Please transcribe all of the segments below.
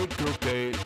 ikke gå galt.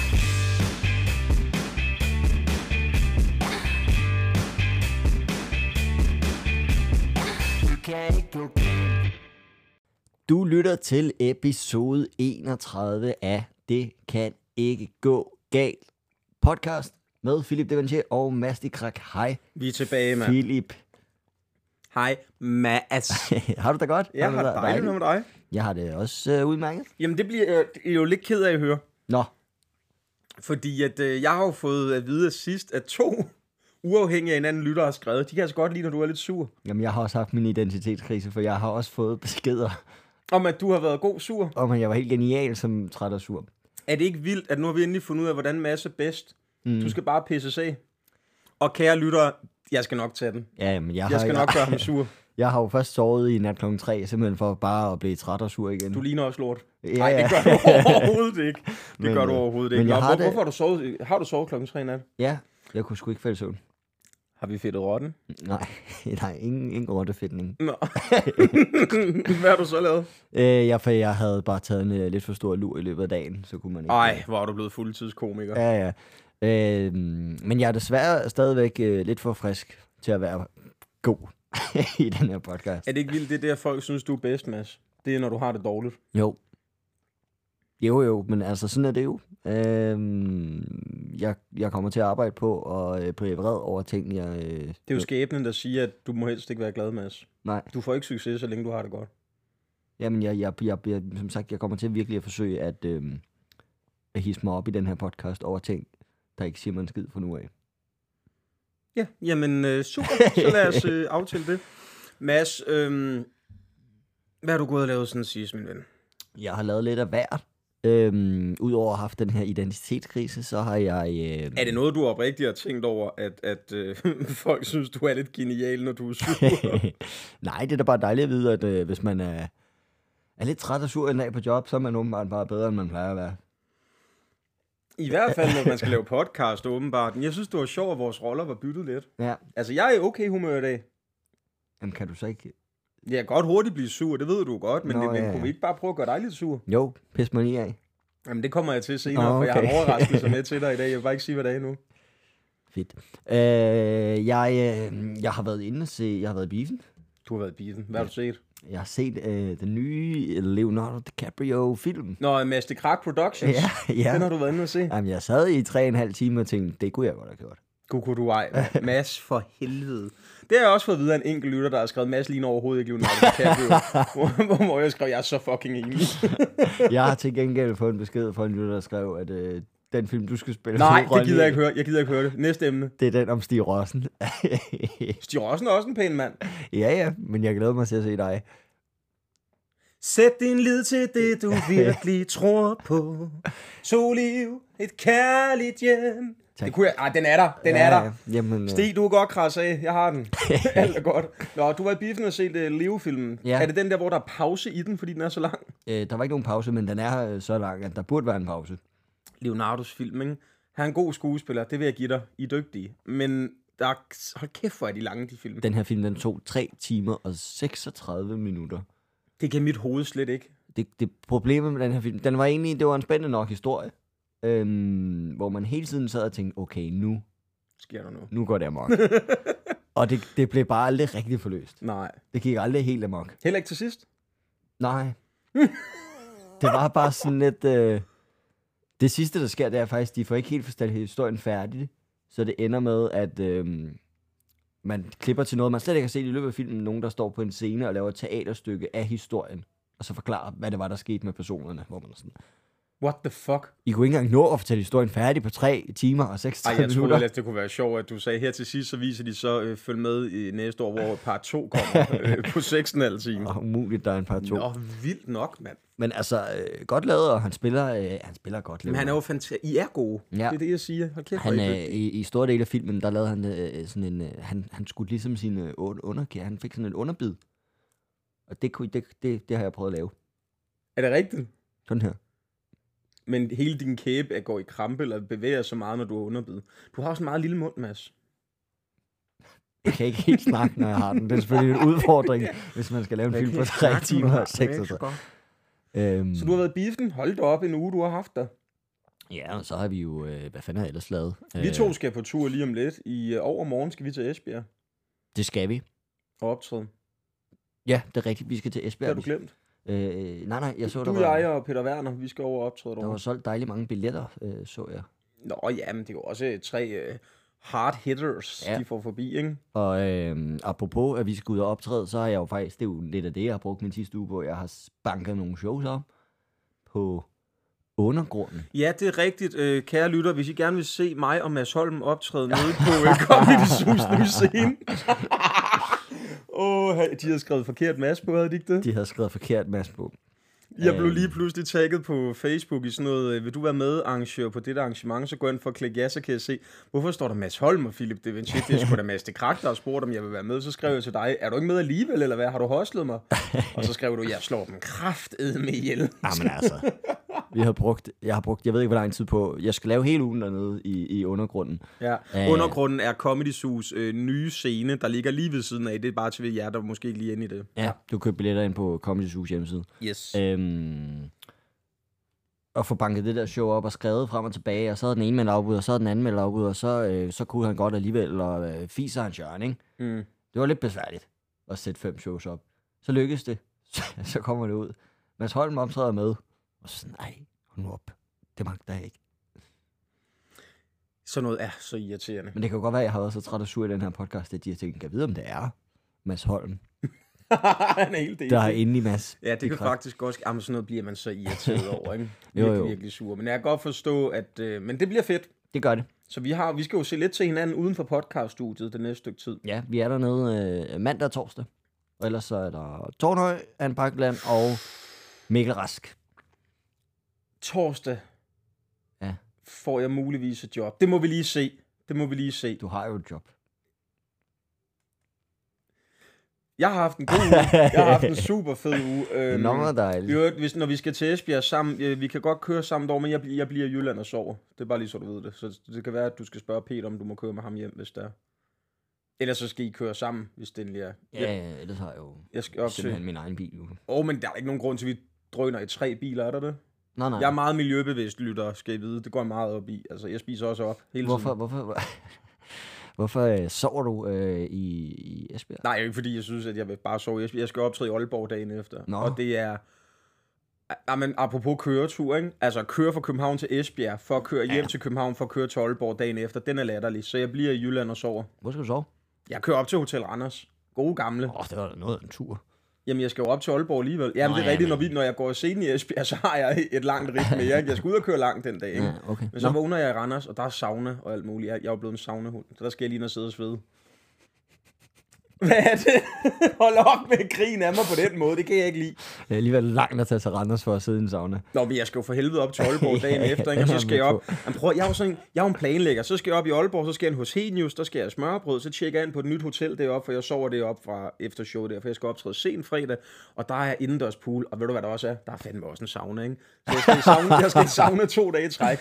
Det kan ikke gå galt. Du lytter til episode 31 af Det kan ikke gå galt podcast med Philip Devanchier og Mads de Krak. Hej Vi er tilbage, mand. Philip. Hej, Mads. Har du da godt? Jeg har det dejligt med dig. Jeg har det også udmærket. Jamen, det bliver jeg jo lidt ked af at høre. Nå, Fordi at, jeg har jo fået at vide sidst, at 2 uafhængige af hinanden lyttere har skrevet. De kan altså godt lide, når du er lidt sur. jamen jeg har også haft min identitetskrise, for jeg har også fået beskeder Om at du har været god sur. om, at jeg var helt genial som træt og sur. Er det ikke vildt, at nu har vi endelig fundet ud af, hvordan Mads er bedst? Du skal bare pisses af. Og kære lyttere, jeg skal nok tage den. Ja, men Jeg skal nok gøre ham sur. Jeg har jo først sovet i nat klokken 3, simpelthen for bare at blive træt og sur igen. Du ligner også lort. Ja, Nej, det gør du overhovedet ikke. Det gør du overhovedet ikke. men jeg Nå, har det- hvorfor har du sovet? Har du sovet klokken 3 i nat? Ja, jeg kunne sgu ikke falde i søvn. Har vi fedtet rotten? Nej, ingen rottefætning. Nå. Hvad har du så lavet? Jeg havde bare taget en lidt for stor lur i løbet af dagen, så kunne man ikke... Ej, hvor er du blevet fuldtidskomiker. Ja. Men jeg er desværre stadigvæk lidt for frisk til at være god i den her podcast. Er det ikke vildt, det er der folk synes, du er bedst, Mads? Det er, når du har det dårligt. Jo, men altså sådan er det jo. Jeg kommer til at arbejde på at blive vred over ting, jeg... Det er jo skæbnen, der siger, at du må helst ikke være glad, Mads. Nej, Du får ikke succes, så længe du har det godt. jamen jeg som sagt, jeg kommer til virkelig at forsøge at hisse mig op i den her podcast over ting, der ikke siger mig en skid fra nu af. Ja, jamen super. Så lad os aftale det. Mads, hvad har du gået og lavet sådan sidst, min ven? Jeg har lavet lidt af hvert. Udover at have haft den her identitetskrise, så har jeg... Er det noget, du oprigtigt har tænkt over, at folk synes, du er lidt genial, når du er sur? Nej, det er da bare dejligt at vide, at hvis man er lidt træt og sur en dag på job, så er man åbenbart bare bedre, end man plejer at være. I hvert fald, når man skal lave podcast, åbenbart. Jeg synes, det var sjovt, at vores roller var byttet lidt. Ja. Altså, jeg er i okay humør i dag. Jamen, kan du så ikke... Jeg kan godt hurtigt blive sur, det ved du godt, men Nå, ja. kunne vi ikke bare prøve at gøre dig lidt sur? Jo, pis mig lige af. Jamen, det kommer jeg til senere, Nå, for jeg har en okay. overraskelse med til dig i dag. Jeg vil bare ikke sige, hvad det er nu. Fedt. Jeg har været inde og se... Jeg har været i biffen. Du har været i biffen. Hvad har du set? Jeg har set den nye Leonardo DiCaprio-film. Nå, Mads de Krak Productions. Ja. Den har du været inde og se. Jamen, jeg sad i 3,5 timer og tænkte, det kunne jeg godt have gjort. Kunne du ej. Mads, for helvede. Det har jeg også fået videre af en enkelt lytter, der har skrevet, Mads ligner overhovedet ikke Leonardo DiCaprio. Hvor jeg skrev, jeg er så fucking enig. Jeg har til gengæld fået en besked fra en lytter, der skrev, at den film, du skal spille... Nej, det hovedrollen gider jeg i, ikke høre. Jeg gider ikke høre det. Næste emne. det er den om Stig Rossen. Stig Rossen er også en pæn mand. Ja, men jeg glæder mig til at se dig. Sæt din lid til det, du virkelig tror på. Soliv, et kærligt hjem. Tak. Det kunne jeg... Ej, den er der. Den er der. Jamen, Stig, du er godt krasse af. Jeg har den. Alt er godt. Nå, du var i biffen og set Leo-filmen. Ja. Er det den der, hvor der er pause i den, fordi den er så lang? der var ikke nogen pause, men den er så lang, at der burde være en pause. Leonardos film, ikke? Han er en god skuespiller, det vil jeg give dig. I er dygtige. Men der er... hold kæft, hvor er de lange, de film. Den her film, den tog 3 timer og 36 minutter. Det kan mit hoved slet ikke. Det problemet med den her film, det var en spændende nok historie, hvor man hele tiden sad og tænkte, okay, Sker der noget? nu går det amok. Og det blev bare aldrig rigtig forløst. Nej. Det gik aldrig helt amok. Heller ikke til sidst? Nej. Det var bare sådan lidt... Det sidste, der sker, det er faktisk, de får ikke helt forstået historien færdig. Så det ender med, at man klipper til noget, man slet ikke har set i løbet af filmen. Nogen, der står på en scene og laver et teaterstykke af historien. Og så forklarer, hvad det var, der skete med personerne. Hvor man er sådan... What the fuck? I kunne ikke engang nå at fortælle historien færdig på 3 timer og 36 Jeg minutter. troede at det kunne være sjovt, at du sagde her til sidst, så viser de så følge med i næste år, hvor part 2 kommer på 6,5 timer. Umuligt, der er en par 2. Nå, vildt nok, mand. Men altså, godt lavet, og han spiller godt. Men han er jo fantastisk. I er gode. Ja. Det er det, jeg siger. Hold kæft, hvor Han, I er dygtige. i store dele af filmen, der lavede han sådan en... han skulle ligesom sin underkære. Han fik sådan en underbid. Og det har jeg prøvet at lave. Er det rigtigt? Sådan her. Men hele din kæbe går i krampe, eller bevæger så meget, når du er underbid. Du har også en meget lille mund, Mads. Jeg kan ikke helt snakke, når jeg har den. Det er selvfølgelig en udfordring, hvis man skal lave en film på 3 timer og 36. Så du har været i biffen. Hold da op en uge, du har haft der. Ja, og så har vi jo, hvad fanden har jeg ellers lavet? Vi to skal på tur lige om lidt. I overmorgen skal vi til Esbjerg Det skal vi. og optræde. Ja, det er rigtigt, vi skal til Det Esbjerg. har du glemt. Nej, jeg så, Du, jeg og Peter Werner, vi skal over og optræde der derovre. var solgt dejligt mange billetter, så jeg. Nå ja, men det er jo også 3 hard hitters, Ja. de får forbi, ikke? Og apropos, at vi skal ud og optræde, så har jeg jo faktisk, det er jo lidt af det, jeg har brugt min sidste uge på. Jeg har banket nogle shows op på Undergrunden. Ja, det er rigtigt, kære lytter. Hvis I gerne vil se mig og Mads Holm optræde nede på Comedy Zoo's nye scene. De har skrevet forkert Mads på, havde de ikke det? De havde skrevet forkert masse på. Jeg blev lige pludselig tagget på Facebook i sådan noget, vil du være med arrangør på dette arrangement, så gå ind for at klikke ja, så kan jeg se, hvorfor står der Mads Holm og Philip de Vinci? Det er sgu da Mads de Krak, der har spurgt, om jeg vil være med. Så skrev jeg til dig, er du ikke med alligevel, eller hvad? Har du hostlet mig? Og så skrev du, jeg slår dem kraftedme ihjel. Jamen altså, jeg har brugt, jeg ved ikke hvor lang tid på, jeg skal lave hele ugen dernede i Undergrunden. Ja, Undergrunden er Comedy Zoo's nye scene, der ligger lige ved siden af. Det er bare til jer, der måske ikke lige inde i det. Ja, du køber billetter ind på Comedy Zoo's hjemmeside. Yes. Og få banket det der show op og skrevet frem og tilbage, og så havde den ene med afbud, og så havde den anden med afbud, og så kunne han godt alligevel, og fiser hans hjørne, ikke? Mm. Det var lidt besværligt at sætte 5 shows op. Så lykkedes det. Så kommer det ud. Mads Holm optræder med. Og så sådan, nej, hold nu op. Det magter jeg ikke. Sådan noget er så irriterende. Men det kan jo godt være, at jeg har været så træt og sur i den her podcast, at de har tænkt, kan jeg vide, om det er Mads Holm, Han er helt der er inde i Mads. Ja, det kan faktisk godt ske. Jamen, sådan noget bliver man så irriteret over, ikke? Jo. Virkelig sur. Men jeg kan godt forstå, at... men det bliver fedt. Det gør det. Så vi skal jo se lidt til hinanden uden for podcaststudiet det næste stykke tid. Ja, vi er dernede mandag og torsdag. Og ellers så er der Tornhøj, Anne Parkland og Mikkel Rask. Torsdag Ja. får jeg muligvis et job. Det må vi lige se. Du har jo et job. Jeg har haft en god uge. Jeg har haft en super fed uge. Nå, hvor dejligt. Når vi skal til Esbjerg sammen, vi kan godt køre sammen dog, men jeg bliver i Jylland og sover. Det er bare lige så du ved det. Så det kan være, at du skal spørge Peter, om du må køre med ham hjem, hvis der er. Ellers så skal I køre sammen, hvis det endelig er. Ja, ellers har jeg jo Jeg skal op til... simpelthen min egen bil nu. Men der er ikke nogen grund til, at vi drøner i 3 biler, er der det? Nej. Jeg er meget miljøbevidst, lytter, skal I vide. Det går jeg meget op i. Altså, jeg spiser også op hele tiden. Hvorfor sover du i Esbjerg? Nej, ikke fordi jeg synes, at jeg vil bare sove i Esbjerg. Jeg skal optræde i Aalborg dagen efter. Nå. Og det er... Jamen, apropos køretur, ikke? Altså, køre fra København til Esbjerg, for at køre hjem til København, for at køre til Aalborg dagen efter. Den er latterlig. Så jeg bliver i Jylland og sover. Hvor skal du sove? Jeg kører op til Hotel Randers. Gode gamle. Det var da noget af en tur. Jamen, jeg skal jo op til Aalborg alligevel. Jamen, det er rigtigt, når jeg går og scenen i Esbjerg, så har jeg et langt rift med jer. Jeg skal ud og køre langt den dag, ikke? Ja, okay. Men så vågner jeg i Randers, og der er sauna og alt muligt. Jeg er jo blevet en saunahund, så der skal jeg lige ind og sidde og svede. Hvad er det? Hold op med grin af mig på den måde, det kan jeg ikke lide. Det er alligevel langt at tage til Randers for at sidde i en sauna. Nå, men jeg skal jo for helvede op til Aalborg dagen efter, ikke? Og så skal jeg op. Jeg er jo en planlægger. Så skal jeg op i Aalborg, så skal jeg hos Henius, der skal jeg smørbrød, så tjekker jeg ind på et nyt hotel deroppe, for jeg sover deroppe fra efter show der, for jeg skal optræde sent fredag, og der er indendørs pool, og ved du hvad der også er? Der er fandme også en sauna, ikke? Så jeg skal i sauna 2 dage i træk.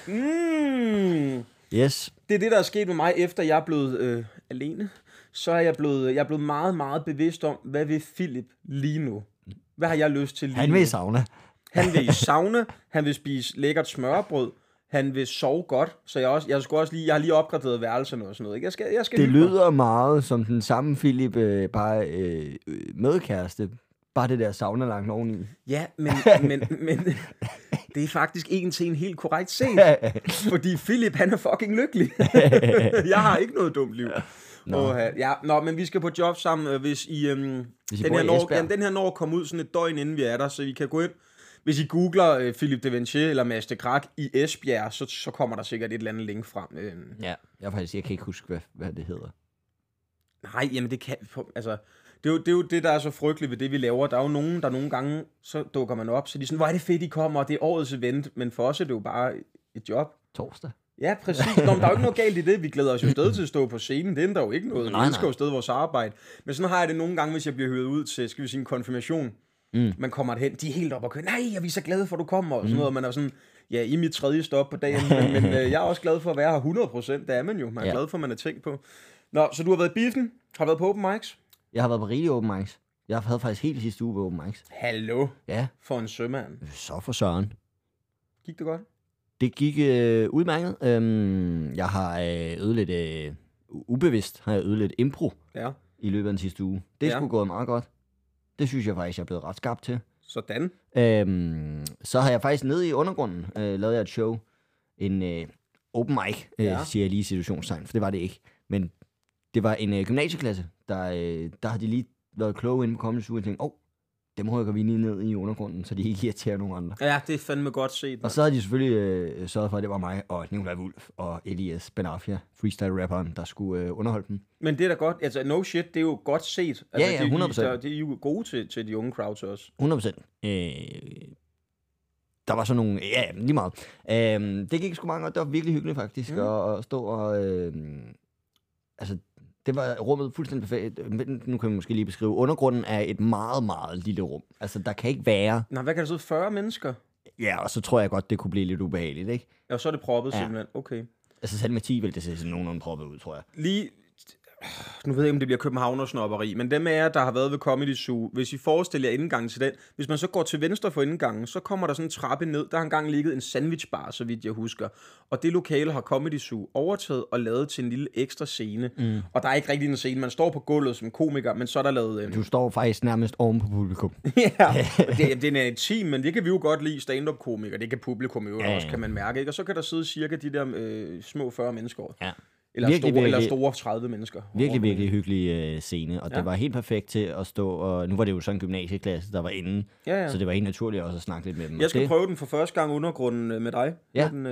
Yes. Det er det, der er sket med mig, efter jeg er blevet alene. Så er jeg blevet meget, meget bevidst om, hvad vil Philip lige nu? Hvad har jeg lyst til lige nu? Han vil i sauna. Han vil i sauna, han vil spise lækkert smørbrød, han vil sove godt, så jeg har lige opgraderet værelserne og sådan noget. Ikke? Jeg skal Det lyder meget som den samme Philip, bare medkæreste. Bare det der sauna langt oveni. Ja, men det er faktisk en til en helt korrekt set. Fordi Philip, han er fucking lykkelig. Jeg har ikke noget dumt liv. Men vi skal på job sammen, hvis I den her når kommer ud sådan et døgn inden vi er der, så I kan gå ind. Hvis I googler Philip de Vinci eller Mads de Krak i Esbjerg, så kommer der sikkert et eller andet link frem. Ja, jeg kan ikke huske, hvad det hedder. Nej, jamen det kan... Altså, det er jo det, der er så frygteligt ved det, vi laver. Der er jo nogen, der nogle gange, så dukker man op, så de er sådan, hvor er det fedt, I kommer, og det er årets event. Men for os er det jo bare et job. Torsdag. Ja, præcis. Nå, men der er jo ikke noget galt i det. Vi glæder os jo stadig til at stå på scenen. Det ændrer jo ikke noget. Vi elsker jo stadig vores arbejde. Men sådan har jeg det nogle gange, hvis jeg bliver hørt ud til, skal vi sige, en konfirmation. Man kommer derhen, de er helt op og kører, nej, jeg er så glad for, at du kommer, og sådan noget. Og man er sådan, ja, i mit 3. stop på dagen, men jeg er også glad for at være her 100%. Det er man jo. Man er glad for, at man er tænkt på. Nå, så du har været i biffen? Har været på open mics? Jeg har været på rigtig open mics. Jeg havde faktisk helt sidste uge på open mics. Hallo? Ja. For en sømand. Så for søren. Gik det godt? Det gik udmærket. Jeg har øvet lidt, ubevidst har jeg øvet lidt impro i løbet af den sidste uge. Det er sgu gået meget godt. Det synes jeg faktisk, jeg er blevet ret skarp til. Sådan. Så har jeg faktisk nede i undergrunden lavet jeg et show. En open mic, siger jeg lige i situationstegn, for det var det ikke. Men det var en gymnasieklasse, der har de lige været kloge inde på Comedy Zoo og tænkt, dem rykker vi lige ned i undergrunden, så de ikke irriterer nogen andre. Ja, det er fandme godt set. Og så har de selvfølgelig sørget for, at det var mig og Nikolaj Wulff og Elias Benafia, freestyle-rapperen, der skulle underholde dem. Men det er da godt. Altså, no shit, det er jo godt set. Altså, ja, 100%. Det er jo gode til de unge crowds også. 100%. Der var sådan nogle... Ja, lige meget. Det gik sgu meget godt. Det var virkelig hyggeligt, faktisk, at stå og... altså, det var rummet fuldstændig perfekt. Nu kan vi måske lige beskrive. Undergrunden er et meget, meget lille rum. Altså, der kan ikke være... Nå, hvad kan der så? 40 mennesker? Ja, og så tror jeg godt, det kunne blive lidt ubehageligt, ikke? Ja, så er det proppet simpelthen. Okay. Altså, selv med 10 vil det se sådan nogenlunde proppet ud, tror jeg. Lige... Nu ved jeg ikke, om det bliver københavnersnopperi, men dem af jer, der har været ved Comedy Zoo, hvis I forestiller jer indgangen til den, hvis man så går til venstre for indgangen, så kommer der sådan en trappe ned, der har engang ligget en sandwichbar, så vidt jeg husker, og det lokale har Comedy Zoo overtaget og lavet til en lille ekstra scene, og der er ikke rigtig en scene, man står på gulvet som komiker, men så er der lavet... Du står faktisk nærmest oven på publikum. Ja, det er en team, men det kan vi jo godt lide, stand-up-komiker, det kan publikum jo også, kan man mærke, ikke? Og så kan der sidde cirka de der små 40 mennesker. Ja. Eller store 30 mennesker. Virkelig hyggelig scene, og det var helt perfekt til at stå, og nu var det jo sådan en gymnasieklasse, der var inde, så det var helt naturligt også at snakke lidt med dem. Jeg skal prøve den for første gang undergrunden med dig, den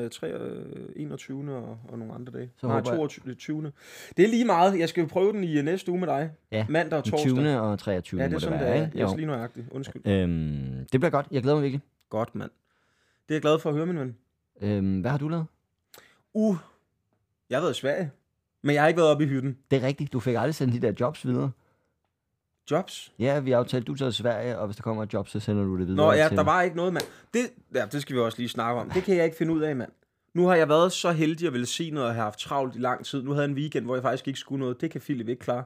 21. og nogle andre dage. Nej, 22. Det er lige meget, jeg skal prøve den i næste uge med dig, mandag og torsdag. 20. og 23. Ja, det er sådan, det er. Jeg er lige nøjagtigt, undskyld. Det bliver godt, jeg glæder mig virkelig. Godt, mand. Det er jeg glad for at høre, min ven. Hvad har du lavet? Jeg har været i Sverige, men jeg har ikke været oppe i hytten. Det er rigtigt. Du fik aldrig sendt de der jobs videre. Jobs? Ja, vi aftalte, du tager til Sverige, og hvis der kommer et job, så sender du det videre. Nå ja, der var ikke noget, mand. Det skal vi også lige snakke om. Det kan jeg ikke finde ud af, mand. Nu har jeg været så heldig at velsignet og have haft travlt i lang tid. Nu havde jeg en weekend, hvor jeg faktisk ikke skulle noget. Det kan Philip ikke klare.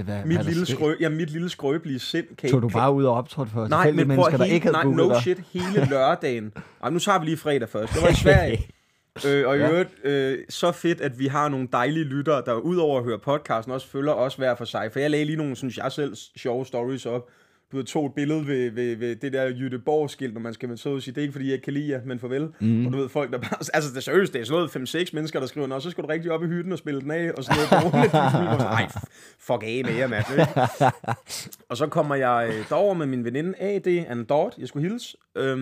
Mit lille skrøbelige sind kan tog du bare ud og optrådte for tilfældige mennesker, der ikke havde no shit, hele lørdagen. Nu tager vi lige fredag først. Det var i Sverige. Og i øvrigt, så fedt, at vi har nogle dejlige lyttere, der udover at høre podcasten, også følger os hver for sig. For jeg lagde lige nogle, synes jeg selv, sjove stories op. Du ved, tog et billede ved det der Jytteborg-skilt, når man skal så sige, det er ikke fordi, jeg ikke kan lide jer, men farvel. Og du ved, folk der bare... Altså, det er seriøst, det er sådan noget 5-6 mennesker, der skriver, nå, så skal du rigtig op i hytten og spille den af, og sådan noget. Ej, fuck af med jer, mand. Og så kommer jeg derover med min veninde A.D. and Dort. Jeg skulle hilse.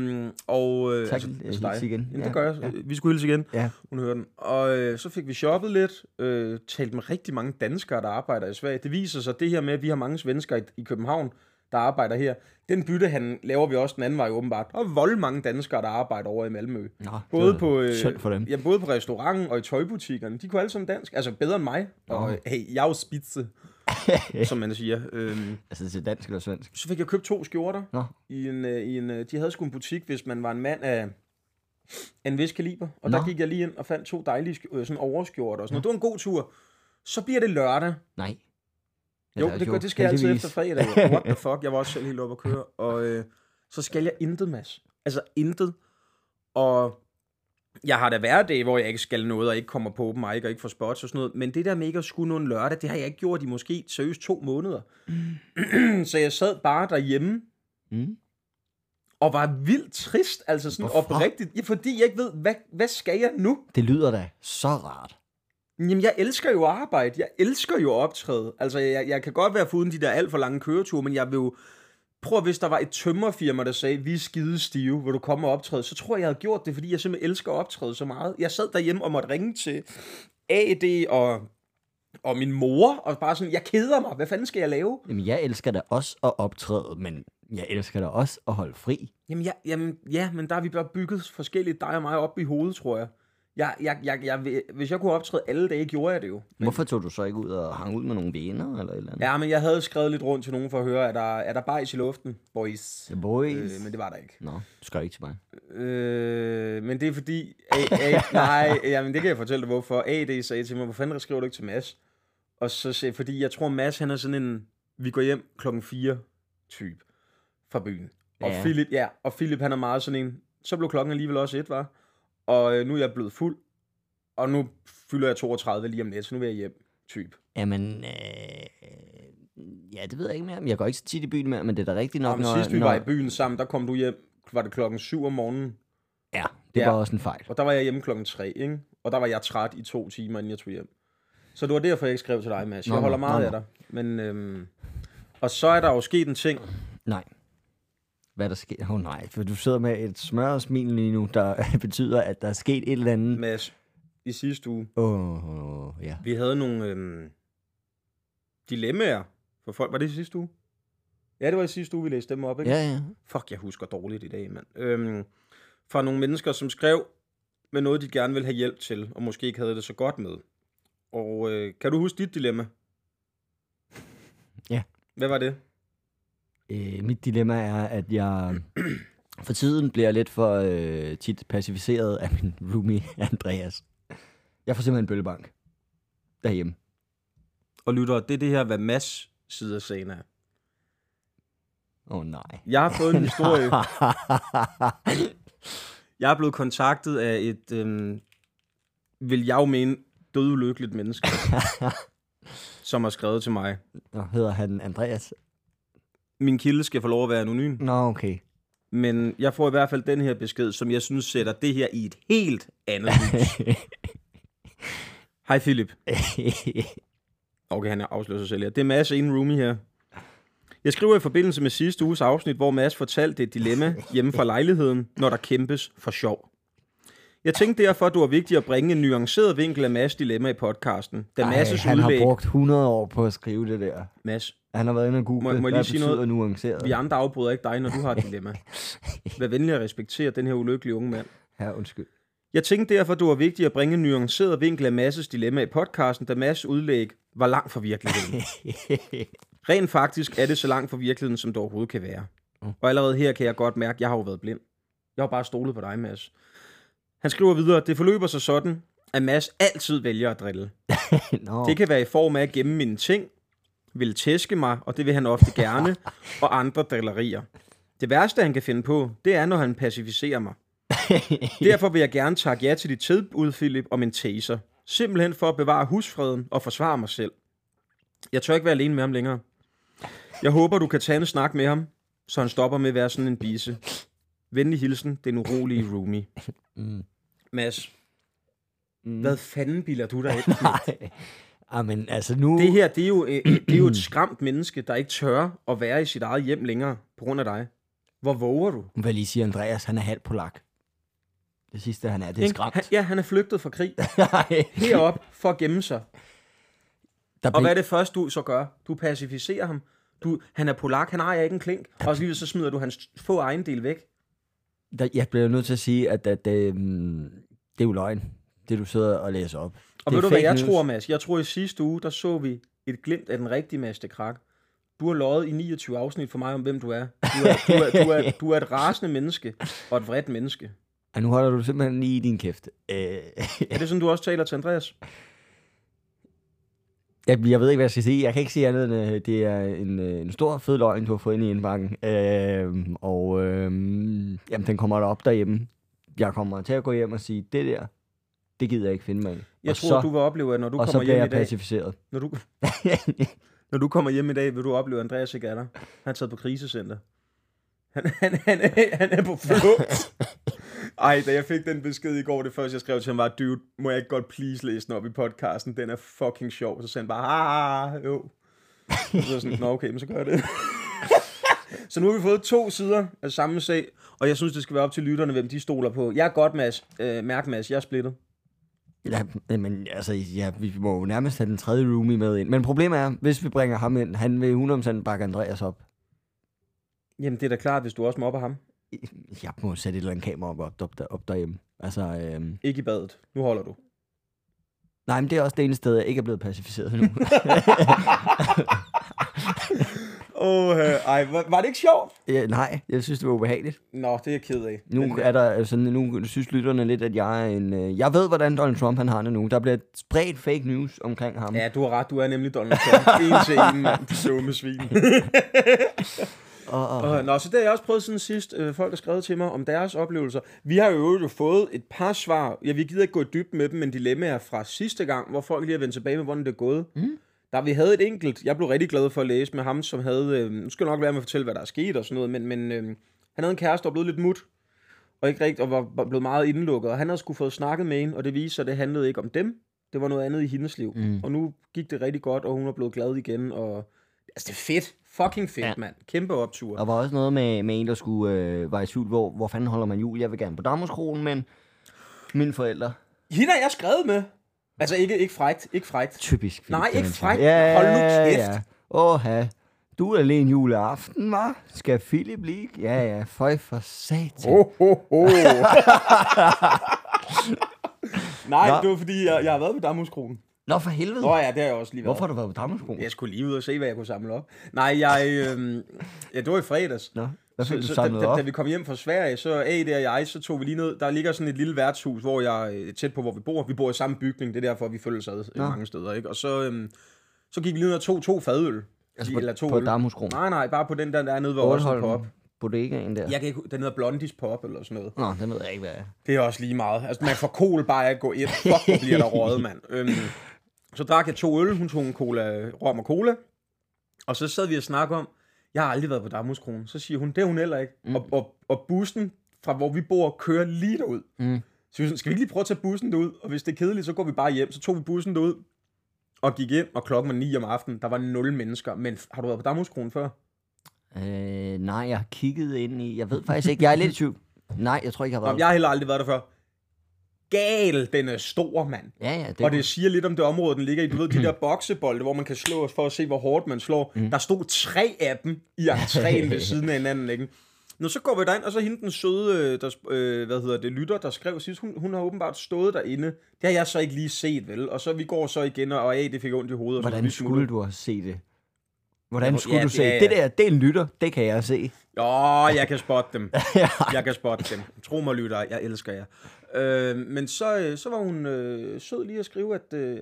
Tak, hilse igen. Jamen, det gør jeg. Ja. Vi skulle hilse igen. Ja. Hun hørte den. Og så fik vi shoppet lidt, talt med rigtig mange danskere, der arbejder i Sverige. Det viser sig, det her med, at vi har mange svensker i København, der arbejder her. Den byttehandel laver vi også den anden vej åbenbart. Der er vold mange danskere, der arbejder over i Malmø. Nå, både på for dem. Ja, både på restauranten og i tøjbutikkerne. De kunne alle sammen dansk. Altså bedre end mig. Og hey, jeg er jo spidse, som man siger. Altså til dansk eller svensk? Så fik jeg købt 2 skjorter. De havde sgu en butik, hvis man var en mand af en vis kaliber. Og der gik jeg lige ind og fandt 2 dejlige sådan overskjorter og sådan noget. Det var en god tur. Så bliver det lørdag. Nej. Jo, det skal jeg altid efter fredag. What the fuck? Jeg var også selv helt oppe at køre. Og så skal jeg intet, Mads. Altså intet. Og jeg har da hverdage, hvor jeg ikke skal noget, og ikke kommer på open mic, og ikke får spots og sådan noget. Men det der med ikke at skulle noget lørdag, det har jeg ikke gjort i måske seriøst 2 måneder. Så jeg sad bare derhjemme. Og var vildt trist. Altså sådan oprigtigt. Ja, fordi jeg ikke ved, hvad skal jeg nu? Det lyder da så rart. Jamen, jeg elsker jo arbejde. Jeg elsker jo at optræde. Altså, jeg kan godt være foruden de der alt for lange køreture, men jeg vil jo... Prøv, hvis der var et tømmerfirma, der sagde, vi er skide stive, hvor du kommer og optræde, så tror jeg havde gjort det, fordi jeg simpelthen elsker at optræde så meget. Jeg sad derhjemme og måtte ringe til AD og min mor, og bare sådan, jeg keder mig. Hvad fanden skal jeg lave? Jamen, jeg elsker da også at optræde, men jeg elsker da også at holde fri. Jamen, men der har vi bare bygget forskelligt, dig og mig, op i hovedet, tror jeg. Hvis jeg kunne optræde alle dage, gjorde jeg det jo. Men... Hvorfor tog du så ikke ud og hang ud med nogle venner eller et eller andet? Ja, men jeg havde skrevet lidt rundt til nogen for at høre, er der bajs i luften, boys? The boys. Men det var der ikke. Nå, du skrev ikke til mig. Men det er fordi... men det kan jeg fortælle dig, hvorfor. AD sagde til mig, hvor fanden skriver du ikke til Mads? Og så sagde fordi jeg tror, Mads han er sådan en... Vi går hjem 4:00 type fra byen. Og Philip han er meget sådan en... Så blev klokken alligevel også 1, var. og nu er jeg blevet fuld, og nu fylder jeg 32 lige om lidt, så nu vil jeg hjem, typ. Jamen, ja, det ved jeg ikke mere. Jeg går ikke så tit i byen mere, men det er da rigtigt nok. Jamen, sidst vi var i byen sammen, der kom du hjem, var det 7:00 om morgenen. Ja, det var også en fejl. Og der var jeg hjemme 3:00, ikke? Og der var jeg træt i 2 timer, inden jeg tog hjem. Så det var derfor, jeg ikke skrev til dig, Mads. Jeg holder meget af dig. Men, og så er der jo sket en ting. Nej. Hvad der sker? Nej, for du sidder med et smørret smil lige nu, der betyder, at der er sket et eller andet. Mads, i sidste uge. Ja. Vi havde nogle dilemmaer for folk. Var det i sidste uge? Ja, det var i sidste uge, vi læste dem op, ikke? Ja. Fuck, jeg husker dårligt i dag, mand. Fra nogle mennesker, som skrev med noget, de gerne ville have hjælp til, og måske ikke havde det så godt med. Og kan du huske dit dilemma? Ja. Hvad var det? Mit dilemma er, at jeg for tiden bliver lidt for tit pacificeret af min roomie, Andreas. Jeg får simpelthen en bøllebank derhjemme. Og lytter, det er det her, hvad Mads side af sagen er. Nej. Jeg har fået en historie. Jeg er blevet kontaktet af et, vil jeg jo mene, dødulykkeligt menneske, som har skrevet til mig. Hedder han Andreas? Min kilde skal få lov at være anonym. Nå, okay. Men jeg får i hvert fald den her besked, som jeg synes sætter det her i et helt andet lys. Hej Philip. Okay, han afslører sig selv her. Det er Mads, en roomie her. Jeg skriver i forbindelse med sidste uges afsnit, hvor Mads fortalte et dilemma hjemme fra lejligheden, når der kæmpes for sjov. Jeg tænkte derfor, at det var vigtigt at bringe en nuanceret vinkel af Mads' dilemma i podcasten. Han har brugt 100 år på at skrive det der. Mads. Han har været inde og google, hvad betyder nuanceret. Vi andre afbryder ikke dig, når du har et dilemma. Vær venlig at respektere den her ulykkelige unge mand. Ja, undskyld. Jeg tænkte derfor, at det var vigtigt at bringe en nuanceret vinkel af Mads' dilemma i podcasten, da Mads' udlæg var langt fra virkeligheden. Rent faktisk er det så langt fra virkeligheden, som det overhovedet kan være. Og allerede her kan jeg godt mærke, at jeg har jo været blind. Jeg har bare stolet på dig, Mads. Han skriver videre, det forløber sig sådan, at Mads altid vælger at drille. Det kan være i form af at gemme mine ting, vil tæske mig, og det vil han ofte gerne, og andre drillerier. Det værste, han kan finde på, det er, når han pacificerer mig. Derfor vil jeg gerne takke ja til dit tilbud, Philip, om en taser. Simpelthen for at bevare husfreden og forsvare mig selv. Jeg tør ikke være alene med ham længere. Jeg håber, du kan tage en snak med ham, så han stopper med at være sådan en bisse. Venlig hilsen, den urolige roomie. Mads, hvad fanden bilder du dig ind? Amen, altså nu... Det her, det er jo et skræmt menneske, der ikke tør at være i sit eget hjem længere, på grund af dig. Hvor våger du? Hvad lige siger Andreas, han er halv polak. Det sidste, han er, det er skræmt. Han er flygtet fra krig. Herop for at gemme sig. Og hvad er det første, du så gør? Du pacificerer ham. Han er polak, han ejer ikke en klink. Og så smider du hans få ejendel væk. Jeg bliver nødt til at sige, at det er jo løgn, det du sidder og læser op. Og ved du, hvad jeg tror, Mads? Jeg tror, i sidste uge, der så vi et glimt af den rigtige Mads de Krak. Du har løjet i 29 afsnit for mig om, hvem du er. Du er et rasende menneske og et vredt menneske. Ja, nu holder du simpelthen lige i din kæft. Er det sådan, du også taler til Andreas? Jeg ved ikke, hvad jeg skal sige. Jeg kan ikke sige andet end, det er en stor fed løgn, du har fået ind i indbakken. Jamen, den kommer op derhjemme. Jeg kommer til at gå hjem og sige, det der, det gider jeg ikke finde mig i. Jeg tror, du vil opleve, at når du kommer hjem i dag... Og så bliver jeg pacificeret. Når du kommer hjem i dag, vil du opleve, at Andreas ikke er der. Han er taget på krisecenter. Han er på flugt. Ej, da jeg fik den besked i går, det første jeg skrev til ham var, dude, må jeg ikke godt please læse den op i podcasten? Den er fucking sjov. Så sagde han bare, jo. Så sådan, nå okay, men så gør jeg det. Så nu har vi fået 2 sider af samme sag, og jeg synes, det skal være op til lytterne, hvem de stoler på. Jeg er godt, Mads. Mærk, Mads, jeg er splittet. Ja, men altså, ja, vi må jo nærmest have den tredje roomie med ind. Men problemet er, hvis vi bringer ham ind, han vil 100% bakke Andreas op. Jamen, det er da klart, hvis du også mobber ham. Jeg må sætte et eller andet kamera op derhjemme. Altså, Ikke i badet. Nu holder du. Nej, men det er også det eneste sted, jeg ikke er blevet pacificeret nu. Ej, var det ikke sjovt? Ja, nej, jeg synes, det var ubehageligt. Nå, det er jeg ked af. Nu er der sådan, nu synes lytterne lidt, at jeg er en... Jeg ved, hvordan Donald Trump han har det nu. Der bliver spredt fake news omkring ham. Ja, du har ret. Du er nemlig Donald Trump. En til en, mand. Du dumme svin. Nå, så det har jeg også prøvet siden sidst. Folk har skrevet til mig om deres oplevelser. Vi har jo fået et par svar. Ja, vi gider ikke gå i dybden med dem, men dilemmaer fra sidste gang, hvor folk lige har vendt tilbage med, hvordan det er gået. Der vi havde et enkelt, jeg blev rigtig glad for at læse med ham, som havde, nu skal jeg nok være med at fortælle, hvad der er sket og sådan noget, men han havde en kæreste, der blev lidt mut, og ikke rigtig, og var blevet meget indelukket, og han havde sgu fået snakket med hende, og det viste sig, at det handlede ikke om dem, det var noget andet i hendes liv. Og nu gik det rigtig godt, og hun er blevet glad igen, og altså det er fedt, fucking fedt, mand. Kæmpe optur. Der var også noget med en, der skulle være i tvivl, hvor fanden holder man jul? Jeg vil gerne på Damhuskronen, men mine forældre. Hende er jeg skrevet med. Altså ikke frækt. Typisk. Nej, ikke frækt. Ja, hold nu kæft. Ja. Du er alene juleaften, hva'? Skal Philip lige? Ja, føj for satan. Nej, det var fordi, jeg har været på Damhuskronen. Nå, for helvede. Nå ja, det har jeg også lige været. Hvorfor har du været på Damhuskronen? Jeg skulle lige ud og se, hvad jeg kunne samle op. Nej, det var i fredags. Nå, hvad fik du samlet op? Da vi kom hjem fra Sverige, så Ade og jeg, så tog vi lige ned. Der ligger sådan et lille værtshus, hvor jeg tæt på, hvor vi bor. Vi bor i samme bygning, det er derfor, vi følges ad mange steder, ikke? Og så gik vi lige ned og tog 2 fadøl. Altså på Damhuskronen? Nej, bare på den der nede, hvor også Pop. Bodegaen der. Jeg kan ikke, den hedder Blondies Pop eller sådan noget. Nå, den ved jeg ikke, hvad er. Det er også lige meget. Altså, man får kol bare at gå ind. Fuck, hvor bliver der røget, mand. Så drak jeg 2 øl. Hun tog en rom og cola. Og så sad vi og snakkede om, jeg har aldrig været på Damhuskronen. Så siger hun, det er hun heller ikke. Og bussen fra hvor vi bor kører lige derud. Så vi, skal vi ikke lige prøve at tage bussen derud? Og hvis det er kedeligt, så går vi bare hjem. Så tog vi bussen derud og gik hjem, og klokken var 9 om aftenen. Der var 0 mennesker. Men har du været på Damhuskronen før? Nej, jeg har kigget ind i... Jeg ved faktisk ikke. Jeg er lidt i tvivl. Nej, jeg tror ikke, jeg har været. Jeg har heller aldrig været der før. Gal, den er stor, mand. Ja, og det siger lidt om det område, den ligger i. Du ved, de der boksebolde, hvor man kan slå for at se, hvor hårdt man slår. Der stod 3 af dem i entréen ved siden af hinanden, ikke? Nå, så går vi derind, og så hende den søde, lytter, der skrev sidst, hun har åbenbart stået derinde. Det har jeg så ikke lige set, vel? Og så vi går så igen, og det fik ondt i hovedet. Hvordan skulle du have set det? Hvordan skulle du se det der? Det er en lytter, det kan jeg se. Jeg kan spotte dem. Jeg kan spotte dem. Tro mig, lytter, jeg elsker jer. Men så var hun sød lige at skrive,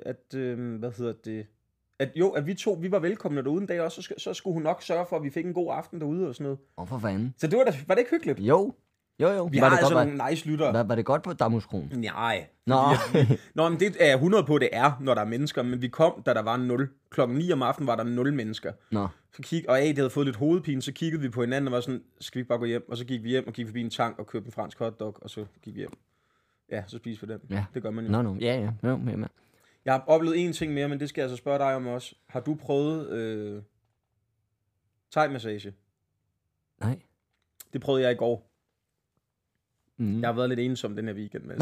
at vi var velkomne derude en dag, og så skulle hun nok sørge for, at vi fik en god aften derude og sådan noget. For fanden. Så det var det ikke hyggeligt? Jo. Vi har altså nogle nice lyttere. Var det godt på Damhuskronen? Nej. Nå, men det er 100 på, det er, når der er mennesker, men vi kom, da der var 0. Klokken 9 om aftenen var der 0 mennesker. Nå. Og det havde fået lidt hovedpine, så kiggede vi på hinanden og var sådan, skal vi ikke bare gå hjem? Og så gik vi hjem og gik forbi en tank og købte en fransk hotdog, og så gik vi hjem. Ja, så spiste vi den. Ja. Det gør man jo. Nå. Ja. Jo. Jeg har oplevet en ting mere, men det skal jeg altså spørge dig om også. Har du prøvet thai-massage? Nej. Det prøvede jeg i går. Jeg har været lidt ensom den her weekend med.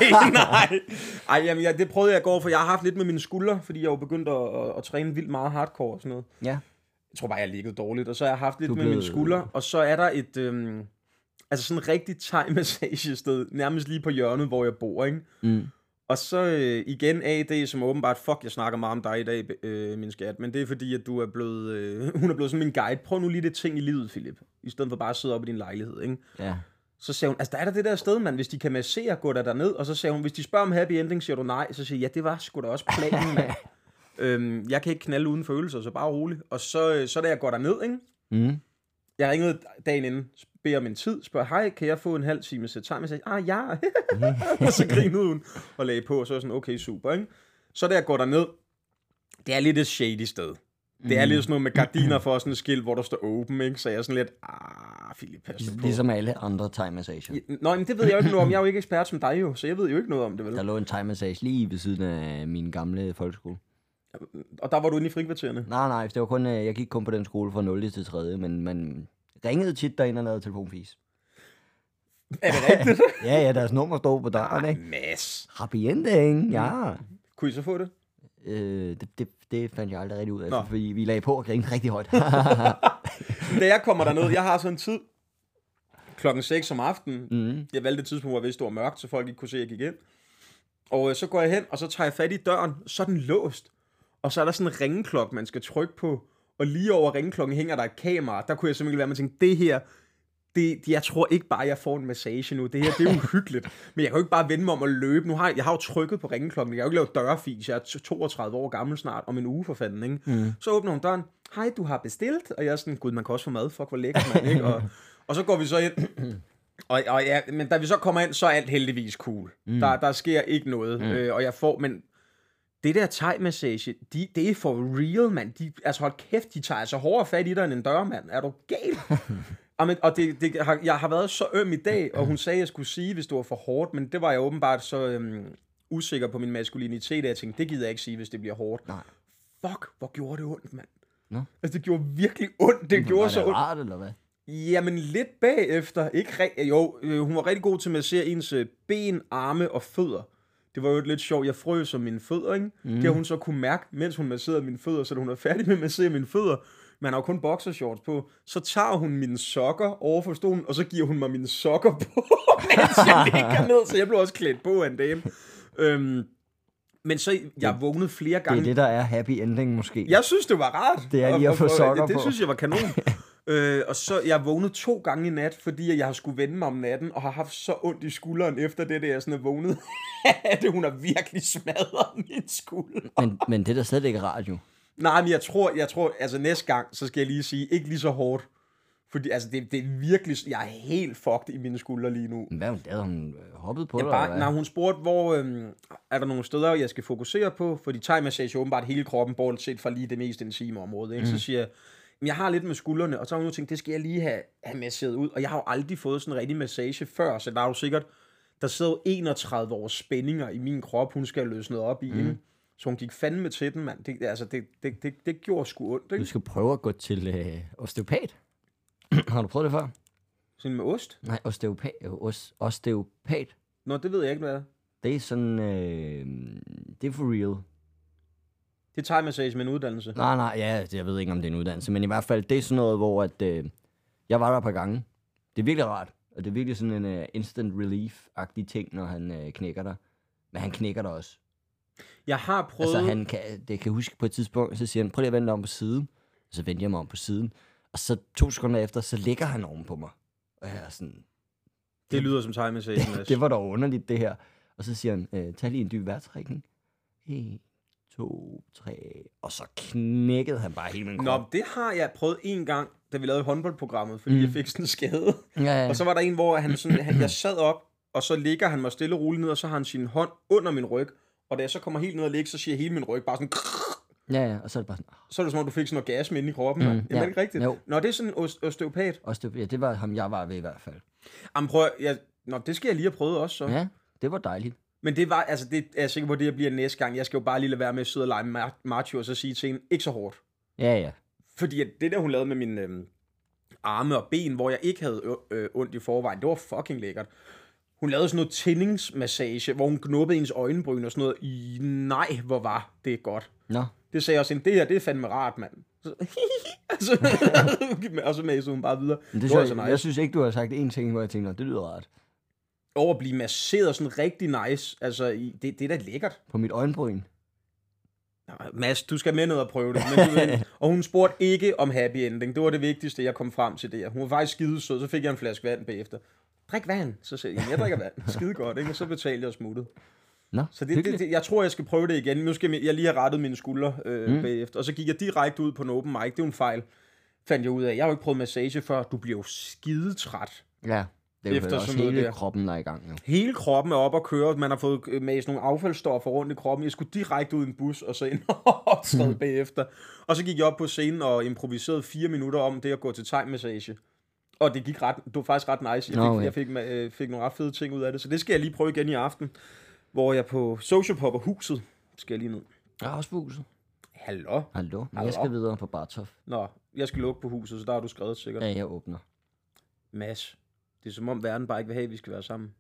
Nej, det prøvede jeg i går, for jeg har haft lidt med mine skuldre, fordi jeg jo begyndt at træne vildt meget hardcore og sådan noget. Ja. Jeg tror bare, jeg liggede dårligt, og så har jeg haft lidt med mine skuldre, og så er der et, sådan et rigtigt thai-massagested, nærmest lige på hjørnet, hvor jeg bor, ikke? Og så igen AD, som åbenbart, jeg snakker meget om dig i dag, min skat, men det er fordi, at du er blevet, hun er blevet sådan min guide. Prøv nu lige det ting i livet, Philip, i stedet for bare at sidde op i din lejlighed, ikke? Ja. Så sagde hun, altså der er der det der sted, mand, hvis de kan massere, gå der derned, og så sagde hun, hvis de spørger om happy ending, siger du nej, så siger jeg, ja, det var sgu da også planen, mand. Jeg kan ikke knalde uden følelser, så bare roligt. Og så da jeg går derned, ikke? Jeg ringede dagen inden, beder om en tid, spørger, hej, kan jeg få en halv time til thai-massage? Ja. Og så grinede hun og lagde på, og så sådan, okay, super, ikke? Så da jeg går derned, det er lidt et shady sted. Det er lidt sådan noget med gardiner for sådan et skilt, hvor der står open, ikke? Så jeg er sådan lidt, Philip, pas på. Ligesom alle andre thai-massager. Nå, men det ved jeg jo ikke noget om. Jeg er jo ikke ekspert som dig jo, så jeg ved jo ikke noget om det, vel? Der lå en thai-massage lige ved siden af min gamle folkeskole. Og der var du inde i frikvartererne? Nej, det var kun, jeg gik kun på den skole fra 0. til 3. Men man ringede tit derind og lavede telefonfis. Er det rigtigt? Ja, deres nummer stod på døren, ikke? Mads. Happy ending, ja. Kunne I så få det? Det fandt jeg aldrig rigtig ud af, fordi vi lagde på og grinede rigtig højt. Da jeg kommer derned, jeg har sådan en tid, 6:00 om aftenen. Jeg valgte et tidspunkt, hvor jeg vidste, det var mørkt, så folk ikke kunne se, at jeg gik ind. Og så går jeg hen, og så tager jeg fat i døren, så er den låst. Og så er der sådan en ringeklokke, man skal trykke på. Og lige over ringeklokken hænger der et kamera. Der kunne jeg simpelthen være med at tænke, det her, jeg tror ikke bare, jeg får en massage nu. Det her, det er uhyggeligt. Men jeg kan jo ikke bare vende mig om at løbe. Jeg har jo trykket på ringeklokken. Jeg har jo ikke lavet dørfis. Jeg er 32 år gammel snart, om en uge for fanden, ikke? Så åbner hun døren. hej, du har bestilt, og jeg er sådan, gud, man kan også få mad, fuck, hvor lækkert, mand, ikke? Og så går vi så ind, og ja, men da vi så kommer ind, så er alt heldigvis cool. Der sker ikke noget, og jeg får, men det der thai-massage, det er for real, mand. Altså hold kæft, de tager altså hårdere fat i dig end en dørmand. Er du gal? Og jeg har været så øm i dag, og hun sagde, at jeg skulle sige, hvis det var for hårdt, men det var jeg åbenbart så usikker på min maskulinitet, at jeg tænkte, det gider jeg ikke sige, hvis det bliver hårdt. Nej. Fuck, hvor gjorde det ondt, mand. Nå. Altså, det gjorde virkelig ondt. Det gjorde så ondt. Var det rart, eller hvad? Jamen, lidt bagefter. Hun var rigtig god til at massere ens ben, arme og fødder. Det var jo lidt sjovt. Jeg frøs om mine fødder, ikke? Det har hun så kunne mærke, mens hun masserede mine fødder, så da hun var færdig med at massere mine fødder, man har jo kun boxershorts på, så tager hun mine sokker over for stolen, og så giver hun mig mine sokker på, mens jeg ligger ned, så jeg blev også klædt på af en dame. Men så, jeg vågnede flere gange. Det er det, der er happy ending, måske. Jeg synes, det var rart. Det er lige at få sokker på. Det synes jeg var kanon. Og så, jeg vågnede 2 gange i nat, fordi jeg har skulle vende mig om natten, og har haft så ondt i skulderen efter det, jeg sådan er vågnet. At hun har virkelig smadret min skulder. Men det er da slet ikke rart, jo. Nej, men jeg tror, altså næste gang, så skal jeg lige sige, ikke lige så hårdt. Fordi altså, det er virkelig, jeg er helt fucked i mine skuldre lige nu. Hvad havde hun hoppet på dig? Nej, hun spurgte, hvor er der nogle steder, jeg skal fokusere på, fordi thai-massage er åbenbart hele kroppen, bortset fra lige det mest intime område. Ikke? Så siger jeg har lidt med skuldrene, og så har hun jo tænkt, det skal jeg lige have masseret ud. Og jeg har jo aldrig fået sådan en rigtig massage før, så der er jo sikkert, der sidder jo 31 års spændinger i min krop, hun skal løse noget op i. Så hun gik fandme til den, mand. Det gjorde sgu ondt, ikke? Du skal prøve at gå til osteopat. Har du prøvet det før? Sådan med ost? Nej, osteopat. Nå, det ved jeg ikke, hvad er. Det er sådan, det er for real. Det er thai-massage med en uddannelse? Nej, ja, jeg ved ikke, om det er en uddannelse, men i hvert fald, det er sådan noget, hvor at, jeg var der et par gange. Det er virkelig rart, og det er virkelig sådan en instant relief-agtig ting, når han knækker dig. Men han knækker dig også. Jeg har prøvet... Altså, det kan huske på et tidspunkt, så siger han, prøv lige at vende dig om på siden. Og så vendte jeg mig om på siden. Og så 2 sekunder efter, så ligger han oven på mig. Og jeg er sådan... Det lyder som thai-massage. Det var da underligt, det her. Og så siger han, tag lige en dyb vejrtrækning. 1, 2, 3... Og så knækkede han bare hele min krop. Nå, det har jeg prøvet en gang, da vi lavede håndboldprogrammet, fordi jeg fik sådan en skade. Ja. Og så var der en, hvor jeg sad op, og så ligger han mig stille og roligt ned, og så har han sin hånd under min ryg. Og da jeg så kommer helt ned og ligger, så siger hele min ryg bare sådan... Ja, og så er det bare sådan... Så er det som om, du fik sådan noget gas inde i kroppen. Jamen, er det ikke rigtigt? Jo. Nå, det er sådan en osteopat. Ja, det var ham, jeg var ved i hvert fald. Jamen prøv, det skal jeg lige have prøvet også, så. Ja, det var dejligt. Men det var, altså, det er jeg sikker på, det bliver næste gang. Jeg skal jo bare lige lade være med at sidde og lege med macho, og så sige til hende, ikke så hårdt. Ja. Fordi det der, hun lavede med mine arme og ben, hvor jeg ikke havde ondt i forvejen, det var fucking lækkert. Hun lavede sådan noget tændingsmassage, hvor hun knuppede ens øjenbryn og sådan noget. Nej, hvor var det godt. Nå. Det sagde jeg også, det her, det er fandme rart, mand. Og så mæsede hun bare videre. Det var så nice. Jeg synes ikke, du har sagt én ting, hvor jeg tænkte, det lyder rart. Over at blive masseret sådan rigtig nice. Altså, det er da lækkert. På mit øjenbryn. Mads, du skal med ned og prøve det. Men og hun spurgte ikke om happy ending. Det var det vigtigste, jeg kom frem til det. Hun var faktisk skidesød, så fik jeg en flaske vand bagefter. Drik vand. Så sagde jeg, jeg drikker vand. Skide godt, ikke? Og så betalte jeg og smuttede. Nå, så jeg tror, jeg skal prøve det igen. Nu skal jeg lige have rettet mine skuldre bagefter. Og så gik jeg direkte ud på en open mic. Det er jo en fejl, fandt jeg ud af. Jeg har jo ikke prøvet massage før. Du bliver jo skidetræt. Ja, det er jo også hele kroppen der i gang. Jo. Hele kroppen er op og køre. Man har fået med nogle affaldsstoffer rundt i kroppen. Jeg skulle direkte ud i en bus, og så ind og træde bagefter. Og så gik jeg op på scenen og improviserede 4 minutter om det at gå til thai-massage. Og det var faktisk ret nice. Jeg fik nogle ret fede ting ud af det. Så det skal jeg lige prøve igen i aften. Hvor jeg på Social Popper huset skal jeg lige ned. Jeg er også på huset. Hallo. Jeg skal videre på Bartof. Nå, jeg skal lukke på huset, så der har du skrevet sikkert. Ja, jeg åbner. Mads, det er som om verden bare ikke vil have, at vi skal være sammen.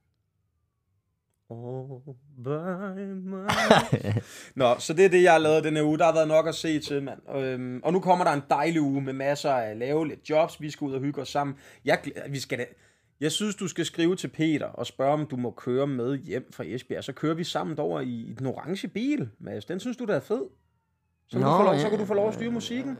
Nå, så det er det, jeg har lavet denne uge. Der har været nok at se til, mand. Og nu kommer der en dejlig uge med masser af lave lidt jobs. Vi skal ud og hygge os sammen. Jeg synes, du skal skrive til Peter og spørge, om du må køre med hjem fra Esbjerg. Så kører vi sammen over i den orange bil, Mads. Den synes du, der er fed. Så kan du få lov at styre musikken.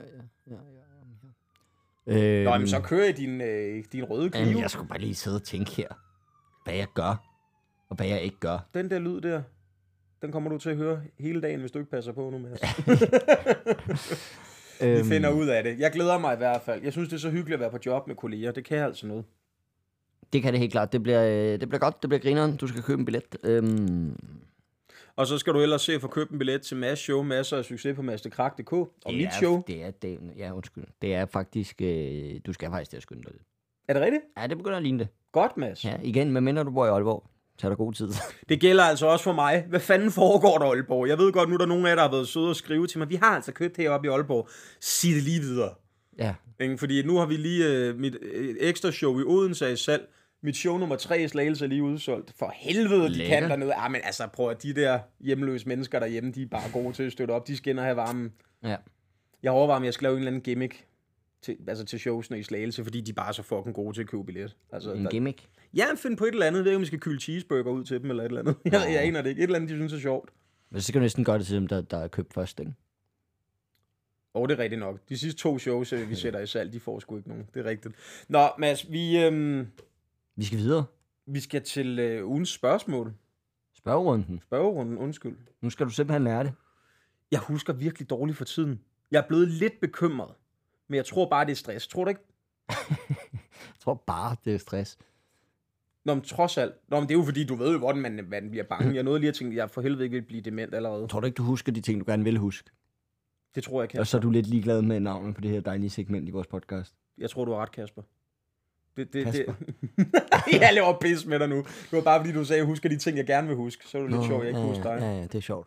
Nå, men så kører jeg din røde Clio. Jeg skulle bare lige sidde og tænke her, hvad jeg gør, og hvad jeg ikke gør. Den der lyd der, den kommer du til at høre hele dagen, hvis du ikke passer på nu, Mads. Vi finder ud af det. Jeg glæder mig i hvert fald. Jeg synes, det er så hyggeligt at være på job med kolleger. Det kan jeg altså noget. Det kan det helt klart. Det bliver godt. Det bliver grineren. Du skal købe en billet. Og så skal du ellers se at få købt en billet til Mads show. Masser af succes på masterkrak.dk. Og mit show. Undskyld. Det er faktisk... du skal faktisk til at skynde dig lidt. Er det rigtigt? Ja, det begynder at ligne det. Godt, Mads. Ja, igen, medmindre du bor i Aalborg. Tag dig god tid. Det gælder altså også for mig. Hvad fanden foregår der i Aalborg? Jeg ved godt, nu er der nogen af jer, der har været søde og skrive til mig. Vi har altså købt heroppe i Aalborg. Sig det lige videre. Ja. Fordi nu har vi lige mit ekstra show i Odense er i salg. Mit show nummer 3 i Slagelse er lige udsolgt. For helvede, de kan dernede. Men altså, prøv at de der hjemløse mennesker derhjemme, de er bare gode til at støtte op. De skal ind og have varmen. Ja. Jeg overvejer, om jeg skal lave en eller anden gimmick til showsene i Slagelse, fordi de bare er så fucking gode til at købe billet. Altså, En gimmick? Ja, find på et eller andet. Jeg ved ikke, om vi skal kylde cheeseburger ud til dem, eller et eller andet. Jeg aner det ikke. Et eller andet, de synes er sjovt. Men så skal du næsten gøre det til dem, der er købt først, ikke? Det er rigtigt nok. De sidste 2 shows, vi sætter i salg, de får sgu ikke nogen. Det er rigtigt. Nå, Mads, Vi skal videre. vi skal til ugens spørgsmål. Spørgerunden. Undskyld. Nu skal du simpelthen lære det. Jeg husker virkelig dårligt for tiden. Jeg er blevet lidt bekymret, men jeg tror bare, det er stress. Tror du ikke? Jeg tror bare, det er stress. Nå, men trods alt. Nå, men det er jo fordi, du ved jo, hvordan man bliver bange. Jeg nåede lige at tænke, at jeg for helvede ikke vil blive dement allerede. Tror du ikke, du husker de ting, du gerne vil huske? Det tror jeg, Kasper. Og så er du lidt ligeglad med navnet på det her dejlige segment i vores podcast. Jeg tror, du har ret, Kasper. Kasper? Jeg laver pis med dig nu. Det var bare fordi, du sagde, at jeg husker de ting, jeg gerne vil huske. Så var det lidt sjovt, jeg ikke husker dig. Ja, det er sjovt.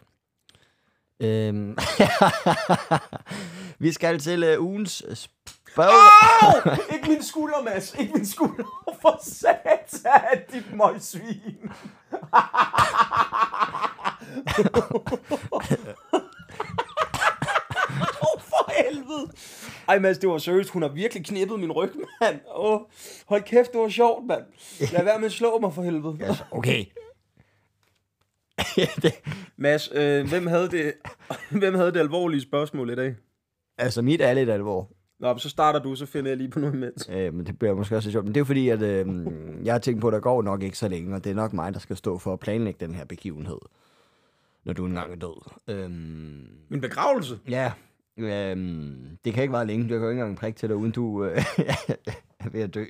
Vi skal til ugens spørgsmål. Ikke min skulder, Mads. Ikke min skulder. For satan, dit møgsvin. For helvede. Ej, Mads, det var seriøst. Hun har virkelig knippet min ryg, mand. Hold kæft, det var sjovt, mand. Lad være med at slå mig, for helvede. Yes, okay. Mads, hvem havde det alvorlige spørgsmål i dag? Altså, mit er lidt alvor. Nå, så starter du, så finder jeg lige på noget imens. Men det bliver måske også sjovt. Men det er jo fordi, at jeg har tænkt på, at der går nok ikke så længe, og det er nok mig, der skal stå for at planlægge den her begivenhed, når du engang er død. Min begravelse? Ja. Det kan ikke være længe. Du kan jo ikke engang prikke til dig, uden du er ved at dø.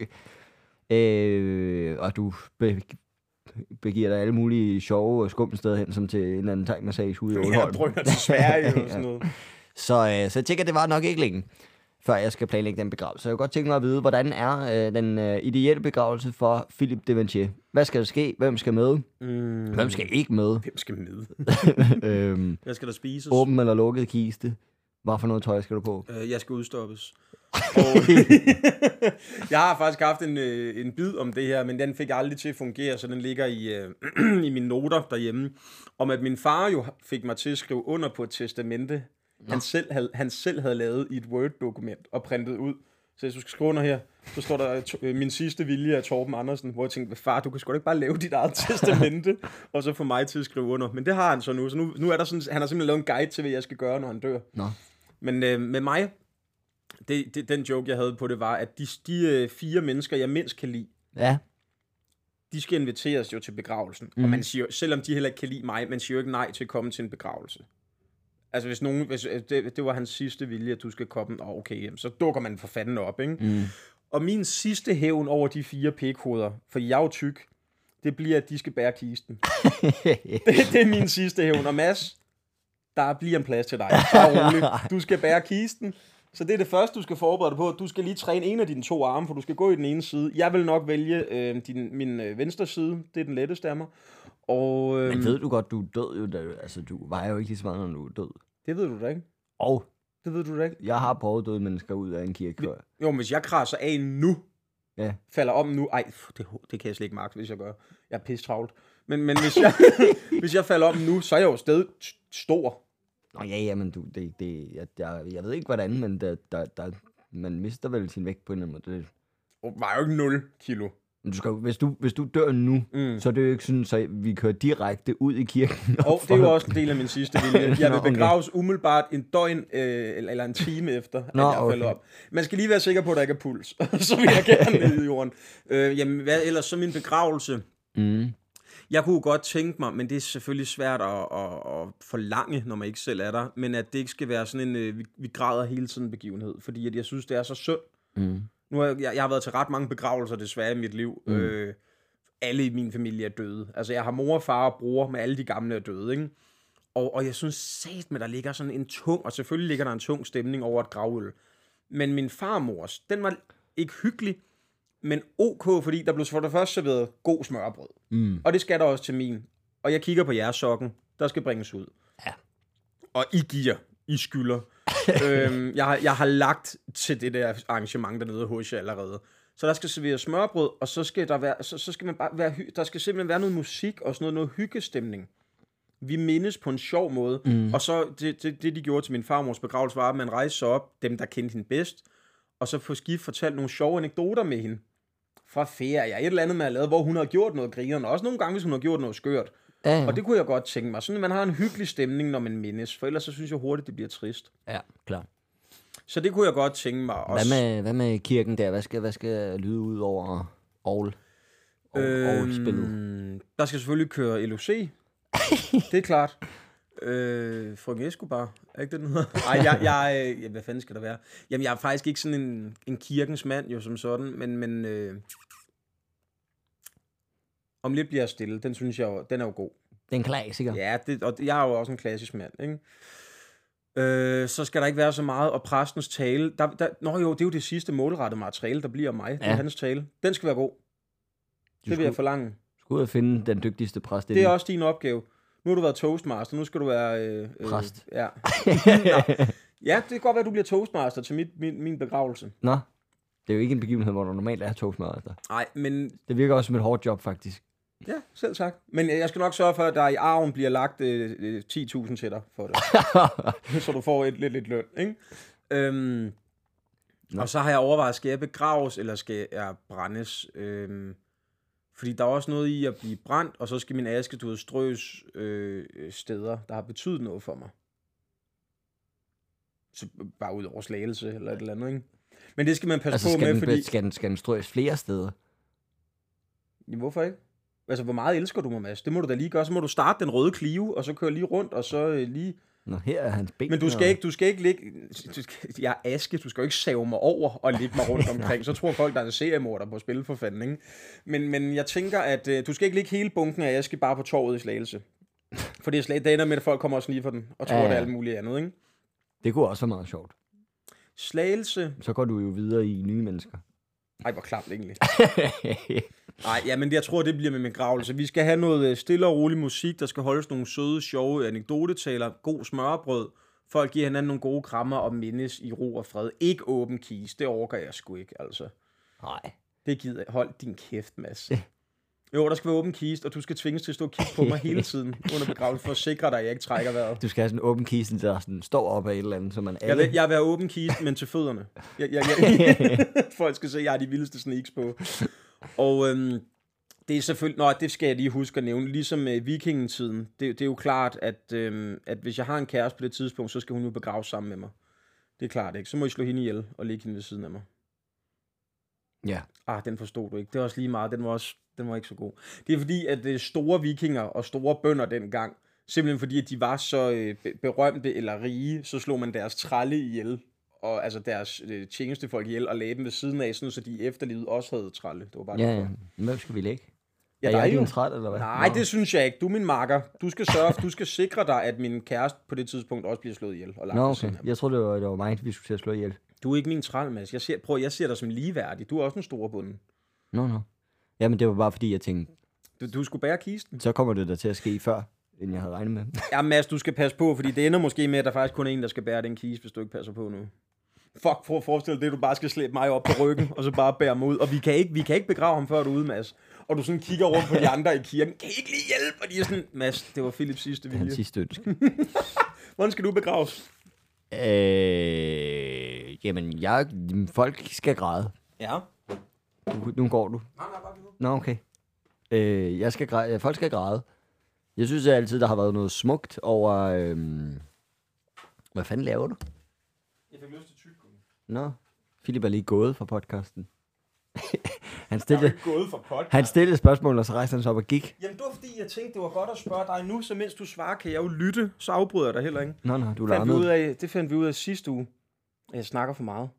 Og du begiver dig alle mulige sjove og skumle steder hen, som til en eller anden thai-massage ude i Ålholm. Jeg drøner til Sverige og sådan noget. Så jeg tænker, det var nok ikke længe, før jeg skal planlægge den begravelse. Så jeg kunne godt tænke mig at vide, hvordan er den ideelle begravelse for Philippe Deventier? Hvad skal der ske? Hvem skal med? Hvem skal ikke med? Hvem skal med? Hvad skal der spises? Åben eller lukket kiste? Hvad for noget tøj skal du på? Jeg skal udstoppes. Og jeg har faktisk haft en bid om det her, men den fik aldrig til at fungere, så den ligger i mine noter derhjemme. Om at min far jo fik mig til at skrive under på et testamente, han selv havde lavet i et Word-dokument og printet ud. Så hvis du skal skrive under her, så står der min sidste vilje af Torben Andersen, hvor jeg tænkte, far, du kan sgu da ikke bare lave dit eget testamente, og så få mig til at skrive under. Men det har han så nu. Så nu er der sådan, han har simpelthen lavet en guide til, hvad jeg skal gøre, når han dør. Nå. Men med mig, den joke, jeg havde på det, var, at de 4 mennesker, jeg mindst kan lide, Ja. de skal inviteres jo til begravelsen. Og man siger, selvom de heller ikke kan lide mig, man siger jo ikke nej til at komme til en begravelse. Altså hvis det var hans sidste vilje, at du skal komme, okay, så dukker man for fanden op, ikke? Og min sidste hævn over de 4 pikhoveder, for jeg er jo tyk, det bliver, at de skal bære kisten. det er min sidste hævn. Og Mads, der bliver en plads til dig. Bare roligt. Du skal bære kisten. Så det er det første, du skal forberede dig på. Du skal lige træne en af dine 2 arme, for du skal gå i den ene side. Jeg vil nok vælge min venstre side. Det er den letteste af mig. Og, Men ved du godt, du er død jo. Altså, du vejer jo ikke lige så meget, når du er død. Det ved du da ikke. Og Det ved du da ikke. jeg har prøvet døde mennesker ud af en kirke. Jo, hvis jeg krasser af nu, Ja. falder om nu, det kan jeg slet ikke magte, hvis jeg gør. Jeg er pisse travlt. Men hvis jeg falder om nu, så er jeg jo stadig stor. Nå ja, men jeg ved ikke hvordan, men man mister vel sin vægt på en eller anden måde. Og var jo ikke 0 kilo. Men du skal, hvis du dør nu, så er det jo ikke sådan, så vi kører direkte ud i kirken. Og det er jo også en del af min sidste vilje. Jeg vil begraves umiddelbart en døgn eller en time efter, at jeg falder op. Man skal lige være sikker på, at der ikke er puls. Så vil jeg gerne ned i jorden. Jamen, hvad ellers så min begravelse? Jeg kunne godt tænke mig, men det er selvfølgelig svært at forlange, når man ikke selv er der, men at det ikke skal være sådan en, vi græder hele tiden begivenhed, fordi at jeg synes, det er så synd. Nu har jeg har været til ret mange begravelser desværre i mit liv. Alle i min familie er døde. Altså jeg har mor, far og bror, med alle de gamle er døde, ikke? Og jeg synes satme, der ligger sådan en tung, og selvfølgelig ligger der en tung stemning over et gravøl. Men min farmors, den var ikke hyggelig, men ok, fordi der blev for det første serveret god smørbrød. Og det skal der også til min. Og jeg kigger på jeres sokken, der skal bringes ud. Ja. Og I skylder. Jeg har lagt til det der arrangement dernede hos jer allerede. Så der skal serveres smørbrød, og så skal der være, så skal man bare være, der skal simpelthen være noget musik og sådan noget hyggestemning. Vi mindes på en sjov måde. Og så det de gjorde til min farmors begravelse, var, at man rejste sig op, dem der kendte hende bedst, og så på skift fortalte nogle sjove anekdoter med hende. Fra ferie, et eller andet man har lavet, hvor hun har gjort noget grinerne. Også nogle gange, hvis hun har gjort noget skørt. Ja. Og det kunne jeg godt tænke mig. Sådan, man har en hyggelig stemning, når man mindes. For ellers så synes jeg hurtigt, det bliver trist. Ja, klar. Så det kunne jeg godt tænke mig. Hvad med kirken der? Hvad skal lyde ud over Aarhus-spillet? Der skal selvfølgelig køre LOC. Det er klart. Frøken Escobar, er ikke det, den hedder? Ej, hvad fanden skal der være? Jamen, jeg er faktisk ikke sådan en kirkens mand, jo, som sådan, men om lidt bliver jeg stille. Den synes jeg jo, den er jo god. Det er en klassiker. Ja, og jeg er jo også en klassisk mand, ikke? Så skal der ikke være så meget, og præstens tale, nå jo, det er jo det sidste målrettede materiale, der bliver mig. Det er hans tale. Den skal være god. Det vil jeg forlange. Du skal ud og finde den dygtigste præst. Det er også din opgave. Nu har du været toastmaster, nu skal du være... præst. Ja. Ja, det kan godt være, at du bliver toastmaster til min begravelse. Nå, det er jo ikke en begivenhed, hvor du normalt er toastmaster. Nej, men... Det virker også som et hårdt job, faktisk. Ja, selv tak. Men jeg skal nok sørge for, at der i arven bliver lagt 10.000 til dig for det. Så du får lidt løn, ikke? Og så har jeg overvejet, skal jeg begraves, eller skal jeg brændes? Fordi der er også noget i at blive brændt, og så skal min aske strøs steder, der har betydet noget for mig. Så bare ud over Slagelse eller et eller andet, ikke? Men det skal man passe på med, fordi... Skal den strøs flere steder? Jamen, hvorfor ikke? Altså, hvor meget elsker du mig, Mads? Det må du da lige gøre. Så må du starte den røde Clio, og så køre lige rundt, og så lige... Nå, her er hans ben. Men du skal ikke ligge... Jeg er Aske, du skal jo ikke save mig over og ligge mig rundt omkring. Så tror folk, der er en seriemorder på spil for fanden, ikke? Men jeg tænker, at du skal ikke ligge hele bunken af Aske bare på torvet i Slagelse. For det ender med, at folk kommer også lige for den, og tror, det er alt muligt andet, ikke? Det kunne også være meget sjovt. Slagelse... Så går du jo videre i nye mennesker. Ej, hvor klamt egentlig. Nej, ja, men jeg tror, det bliver med min gravelse. Vi skal have noget stille og rolig musik, der skal holdes nogle søde, sjove anekdotetaler, god smørbrød. Folk giver hinanden nogle gode krammer og mindes i ro og fred. Ikke åben kis, det orker jeg sgu ikke, altså. Nej. Det gider jeg. Hold din kæft, Mads. Jo, der skal være åben kist, og du skal tvinges til at stå og kigge på mig hele tiden under begravelsen, for at sikre dig, at jeg ikke trækker vejret. Du skal have sådan en åben kist, der sådan står op af et eller andet, så man alle... Jeg vil være åben kist, men til fødderne. Folk skal se, at jeg har de vildeste sneaks på. Og det er selvfølgelig... det skal jeg lige huske at nævne. Ligesom vikingetiden, det er jo klart, at hvis jeg har en kæreste på det tidspunkt, så skal hun jo begraves sammen med mig. Det er klart, ikke? Så må I slå hende ihjel og lægge hende ved siden af mig. Ja. Den forstod du ikke. Det var også lige meget. Den var ikke så god. Det er fordi, at store vikinger og store bønder dengang, simpelthen fordi, at de var så berømte eller rige, så slog man deres trælle ihjel, og altså deres tjenestefolk ihjel, og lagde dem ved siden af, sådan, så de efterlivet også havde trælle. Det var bare ja. Hvem skal vi lægge? Ja, er jeg din træt, eller hvad? Nej, det synes jeg ikke. Du er min makker. Du skal sikre dig, at min kæreste på det tidspunkt også bliver slået ihjel. Og lagt okay. Jeg troede, det var mig, vi skulle til at slå ihjel. Du er ikke min træl, Mads. Jeg ser dig som ligeværdig. Du er også en stor bunde. Nå. Jamen, det var bare fordi, jeg tænkte... Du skulle bære kisten. Så kommer det der til at ske før, end jeg havde regnet med. Ja, Mads, du skal passe på, fordi det ender måske med, at der faktisk kun er en, der skal bære den kiste, hvis du ikke passer på nu. Fuck, prøv at forestille dig, at du bare skal slæbe mig op på ryggen, og så bare bære mig ud. Og vi kan ikke begrave ham, før du er ude, Mads. Og du sådan kigger rundt på de andre i kirken. Kan I ikke lige hjælpe? Og de er sådan, Mads, det var Philips sidste vilje. Hans sidste ønske. Hvordan skal du begraves? Jamen, folk skal græde. Ja. Nu går du. Nej, bare nu. Nå, okay. Jeg skal græde. Folk skal græde. Jeg synes altid, der har været noget smukt over... Hvad fanden laver du? Jeg fik lyst til tyggegummi. Nå, Philip er lige gået fra podcasten. gået for podcast. Han stillede spørgsmål, og så rejste han sig op og gik. Jamen, det var fordi, jeg tænkte, det var godt at spørge dig nu, så mens du svarer, kan jeg jo lytte, så afbryder jeg dig heller ikke. Nå, du larmede. Det fandt vi ud af sidste uge. Jeg snakker for meget.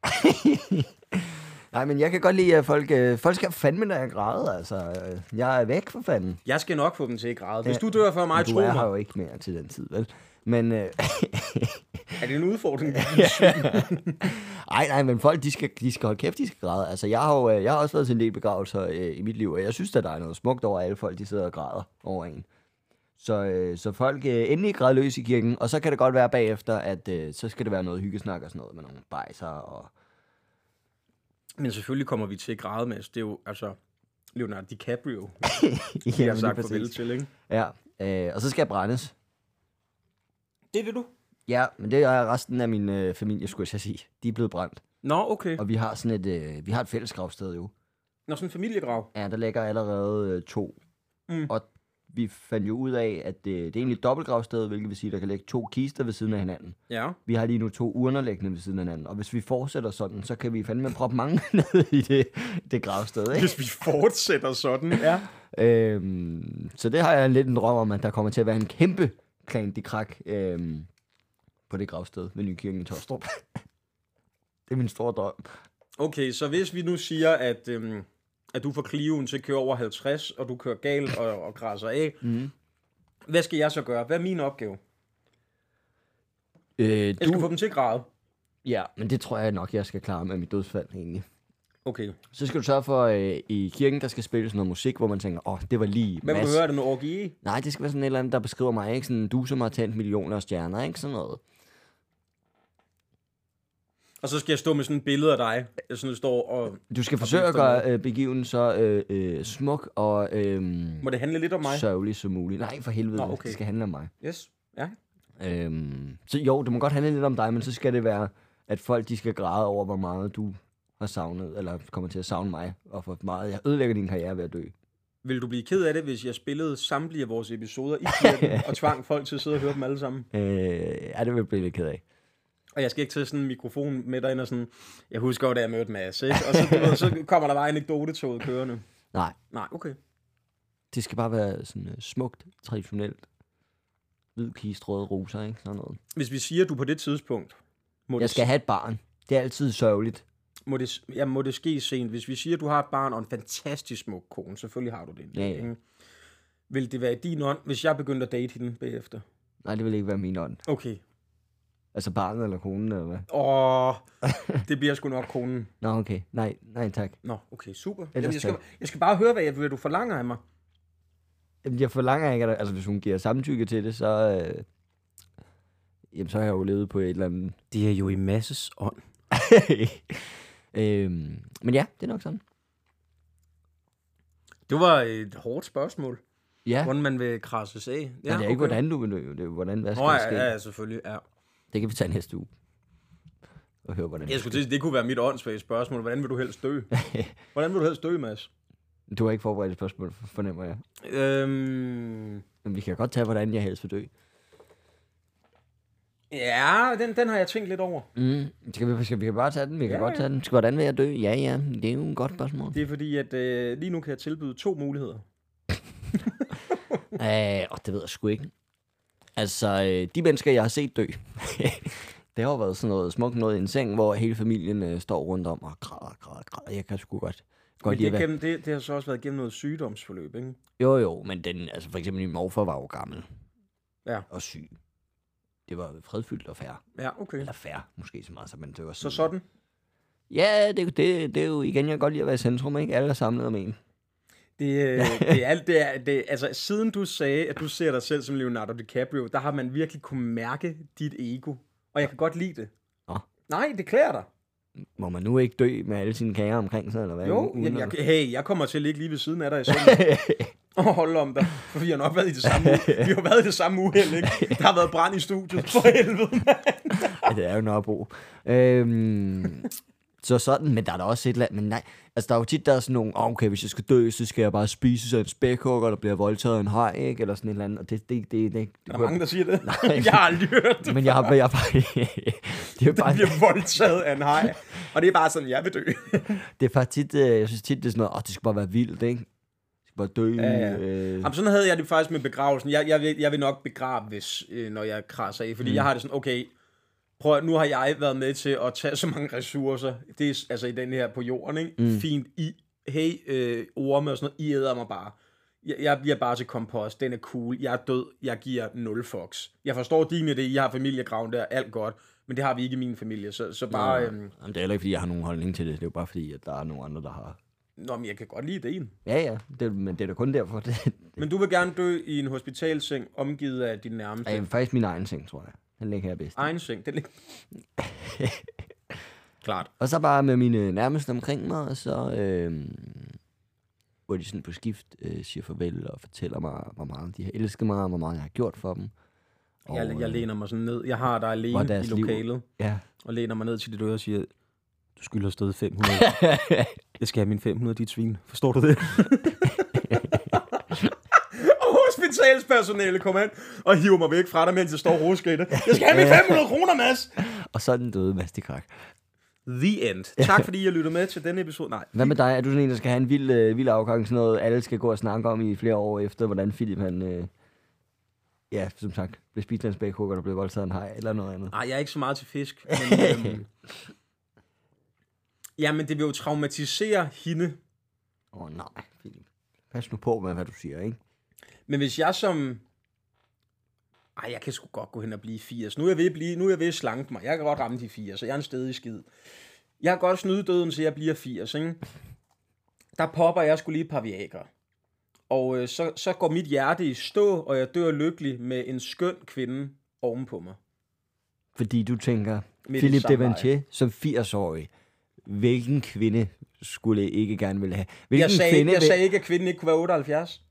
Nej, men jeg kan godt lide, at folk skal fandme, når jeg græder. Altså, jeg er væk for fanden. Jeg skal nok få dem til at græde. Hvis du dør for mig, tro mig. Du er her jo ikke mere til den tid, vel? Men... Er det en udfordring? Nej, men folk, de skal holde kæft, de skal græde. Altså, jeg har også været til en del begravelser i mit liv, og jeg synes, at der er noget smukt over alle folk, de sidder og græder over en. Så folk endelig græder løs i kirken, og så kan det godt være bagefter, at så skal det være noget hyggesnak og sådan noget med nogle bajser og... Men selvfølgelig kommer vi til at græde, Mads. Det er jo, altså, Leonardo DiCaprio, ja, jeg har sagt farvel til, ikke? Ja, og så skal jeg brændes. Det vil du? Ja, men det er resten af min familie, skulle jeg sige. De er blevet brændt. Nå, okay. Og vi har sådan et fælles gravsted jo. Nå, sådan en familiegrav? Ja, der ligger allerede 2. Og vi fandt jo ud af, at det er egentlig et dobbeltgravsted, hvilket vil sige, at der kan ligge 2 kister ved siden af hinanden. Ja. Vi har lige nu 2 urner liggende ved siden af hinanden. Og hvis vi fortsætter sådan, så kan vi fandme proppe mange ned i det gravsted, ikke? Hvis vi fortsætter sådan, ja. Så det har jeg lidt en drøm om, at der kommer til at være en kæmpe klan de krak på det gravsted ved Nykirken i Taastrup. Det er min store drøm. Okay, så hvis vi nu siger, at du får Clio'en til at køre over 50, og du kører galt og græsser af, hvad skal jeg så gøre? Hvad er min opgave? Jeg skal få dem til at græde. Ja, men det tror jeg nok, jeg skal klare med mit dødsfald egentlig. Okay. Så skal du sørge for, i kirken, der skal spilles noget musik, hvor man tænker, det var lige Hvad vil du høre? Er det noget orgie? Nej, det skal være sådan et eller andet, der beskriver mig, ikke? Sådan, du som har tændt millioner af stjerner, ikke? Sådan noget. Og så skal jeg stå med sådan et billede af dig, der sådan står og... Du skal forsøge at gøre begiven så smuk og må det handle lidt om mig? Sørgelig som muligt. Nej, for helvede, Nå, okay. Det skal handle om mig. Yes, ja. Så jo, det må godt handle lidt om dig, men så skal det være, at folk de skal græde over, hvor meget du har savnet, eller kommer til at savne mig, og hvor meget jeg ødelægger din karriere ved at dø. Vil du blive ked af det, hvis jeg spillede samtlige af vores episoder i kirken, og tvang folk til at sidde og høre dem alle sammen? Ja, det vil jeg blive lidt ked af. Og jeg skal ikke tage sådan en mikrofon med dig ind og sådan, jeg husker jo, da jeg mødte Mads, ikke? Og så kommer der bare anekdote-toget kørende. Nej, okay. Det skal bare være sådan smukt, traditionelt. Hvid kist, røde roser, ikke? Sådan noget. Hvis vi siger, at du på det tidspunkt... Jeg skal have et barn. Det er altid sørgeligt. Må det ske sent. Hvis vi siger, at du har et barn og en fantastisk smuk kone, selvfølgelig har du det. Ja, ja. Vil det være din ånd, hvis jeg begyndte at date hende bagefter? Nej, det vil ikke være min ånd. Okay. Altså barnet eller konen, eller hvad? Det bliver sgu nok konen. Nå, okay. Nej, tak. Nå, okay, super. Jamen, jeg skal bare høre, hvad du forlanger af mig. Jamen, jeg forlanger ikke, altså hvis hun giver samtykke til det, så... jamen, så har jeg jo levet på et eller andet... Det er jo i masses ånd. Men ja, det er nok sådan. Det var et hårdt spørgsmål. Ja. Hvordan man vil krasses af. Ja, det er ikke, hvordan du vil dø. Det er hvordan, hvad skal der ske? Ja, selvfølgelig, ja. Det kan vi tage næste uge. Og høre, hvordan det kunne være mit åndssvage spørgsmål. Hvordan vil du helst dø? Hvordan vil du helst dø, Mads? Du har ikke forberedt et spørgsmål, fornemmer jeg. Men vi kan godt tage, hvordan jeg helst vil dø. Ja, den har jeg tænkt lidt over. Skal vi bare tage den? Vi kan godt tage den. Hvordan vil jeg dø? Ja, det er jo et godt spørgsmål. Det er fordi, at lige nu kan jeg tilbyde 2 muligheder. Det ved jeg sgu ikke. Altså, de mennesker, jeg har set dø, det har jo været sådan noget smukt noget i en seng, hvor hele familien står rundt om og græder. Jeg kan sgu godt lide det har så også været gennem noget sygdomsforløb, ikke? Jo, men altså for eksempel min morfar var jo gammel. Ja. Og syg. Det var fredfyldt og fair. Ja, okay. Eller fair, måske så meget, men det var sådan. Så sådan? Ja, det er jo igen, jeg kan godt lide at være i centrum, ikke? Alle er samlet om en. Altså, siden du sagde, at du ser dig selv som Leonardo DiCaprio, der har man virkelig kunne mærke dit ego. Og jeg kan godt lide det. Nej, det klæder dig. Må man nu ikke dø med alle sine kager omkring sig, eller hvad? Jo, jeg kommer til at ligge lige ved siden af dig i sengen. Og holde om dig, for vi har nok været i det samme vi har været i det samme uheld, ikke? Der har været brand i studiet, for helvede, det er jo Nørrebro. Så sådan, men der er da også et eller andet, men nej, altså der er jo tit, der er sådan nogle, okay, hvis jeg skal dø, så skal jeg bare spise sig en spækhugger, der bliver voldtaget af en haj, ikke? Eller sådan et eller andet, og det er der mange, der siger det? Nej. Jeg har aldrig hørt det. Men jeg har bare, det er bare, Der bliver voldtaget af en haj, og det er bare sådan, jeg vil dø. det er bare tit, jeg synes tit, det er sådan noget, det skal bare være vildt, ikke? Det skal bare dø. Ja. Jamen, sådan havde jeg det faktisk med begravelsen. Jeg vil nok begrave, hvis, når jeg krasser af, fordi jeg har det sådan, okay, prøv at, nu har jeg været med til at tage så mange ressourcer, det er altså i den her på jorden, ikke? Fint, orme og sådan noget, I æder mig bare. Jeg bliver bare til kompost, den er cool, jeg er død, jeg giver 0 fucks. Jeg forstår din idé, jeg har familiegraven der, alt godt, men det har vi ikke i min familie, så bare... Jamen, det er heller ikke, fordi jeg har nogen holdning til det, det er jo bare fordi, at der er nogle andre, der har... Nå, men jeg kan godt lide ideen. Ja, men det er da kun derfor. Men du vil gerne dø i en hospitalseng, omgivet af din nærmeste? Ja, faktisk min egen seng, tror jeg. Den ligger her bedst. Egen seng, den ligger... Klart. Og så bare med mine nærmeste omkring mig, og så... hvor de sådan på skift siger farvel og fortæller mig, hvor meget de har elsket mig, og hvor meget jeg har gjort for dem. Og, jeg læner mig sådan ned. Jeg har dig alene i lokalet. Ja. Og læner mig ned til dit øre og siger, du skylder stadig 500. Jeg skal have mine 500, dit svin. Forstår du det? Og hospitalspersonale kommer ind og hiver mig væk fra dig, mens jeg står roskridtet. Jeg skal have mine 500 kroner, Mads! Og så er den døde Mads de Krak. The end. Tak fordi jeg lyttede med til denne episode. Nej. Hvad med dig? Er du sådan en, der skal have en vild afgang? Sådan noget, alle skal gå og snakke om i flere år efter, hvordan Philip han... ja, som sagt, blev spist af en spækhugger, der blev voldtaget af en haj, eller noget andet. Nej, jeg er ikke så meget til fisk. Men, jamen, det vil jo traumatisere hende. Nej, Philip. Pas nu på med, hvad du siger, ikke? Men hvis jeg som... jeg kan sgu godt gå hen og blive 80. Nu er jeg ved at slanke mig. Jeg kan godt ramme de 80, så jeg er en stedig skid. Jeg kan godt snyde døden, så jeg bliver 80, ikke? Der popper jeg sgu lige et par Viagra. Og så går mit hjerte i stå, og jeg dør lykkelig med en skøn kvinde ovenpå mig. Fordi du tænker, Philip Devantier som 80-årig, hvilken kvinde skulle ikke gerne ville have? Jeg sagde ikke, at kvinden ikke kunne være 78.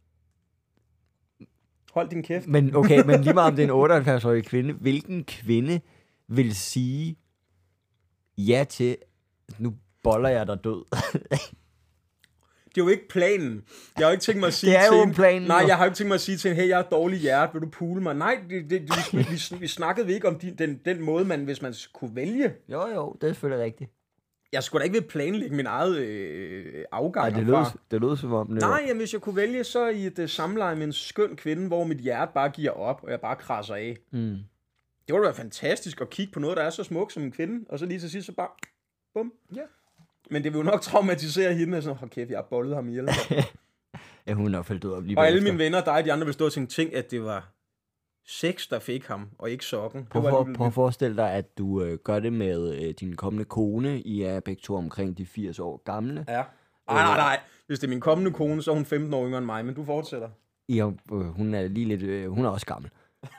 Hold din kæft. Men okay, men lige meget om det er en 78-årig kvinde, hvilken kvinde vil sige ja til, nu boller jeg dig død? Det er jo ikke planen. Jeg har jo ikke tænkt mig at sige det er til jo en, planen. Nej, jeg har jo ikke tænkt mig at sige til hende, hey, jeg har dårlig hjerte, vil du pule mig? Nej, vi snakkede ikke om den måde, hvis man kunne vælge. Jo, det er selvfølgelig rigtigt. Jeg skulle da ikke ved planlægge min eget afgang. Nej, det lød som om... Nej, jamen, hvis jeg kunne vælge, så i et samleje med en skøn kvinde, hvor mit hjerte bare giver op, og jeg bare krasser af. Det ville være fantastisk at kigge på noget, der er så smukt som en kvinde, og så lige til sidst så bare... Bum. Ja. Men det vil jo nok traumatisere hende, og sådan, kæft, jeg har bollet ham ihjel. Ja, hun er nok faldet ud op lige og alle mine venner, dig og de andre, vil stå og tænke, at det var sex, der fik ham, og ikke sokken. Prøv at forestille dig, at du gør det med din kommende kone. I er begge to omkring de 80 år gamle. Ja. Nej. Hvis det er min kommende kone, så er hun 15 år yngre end mig, men du fortsætter. Hun er lige lidt... hun er også gammel.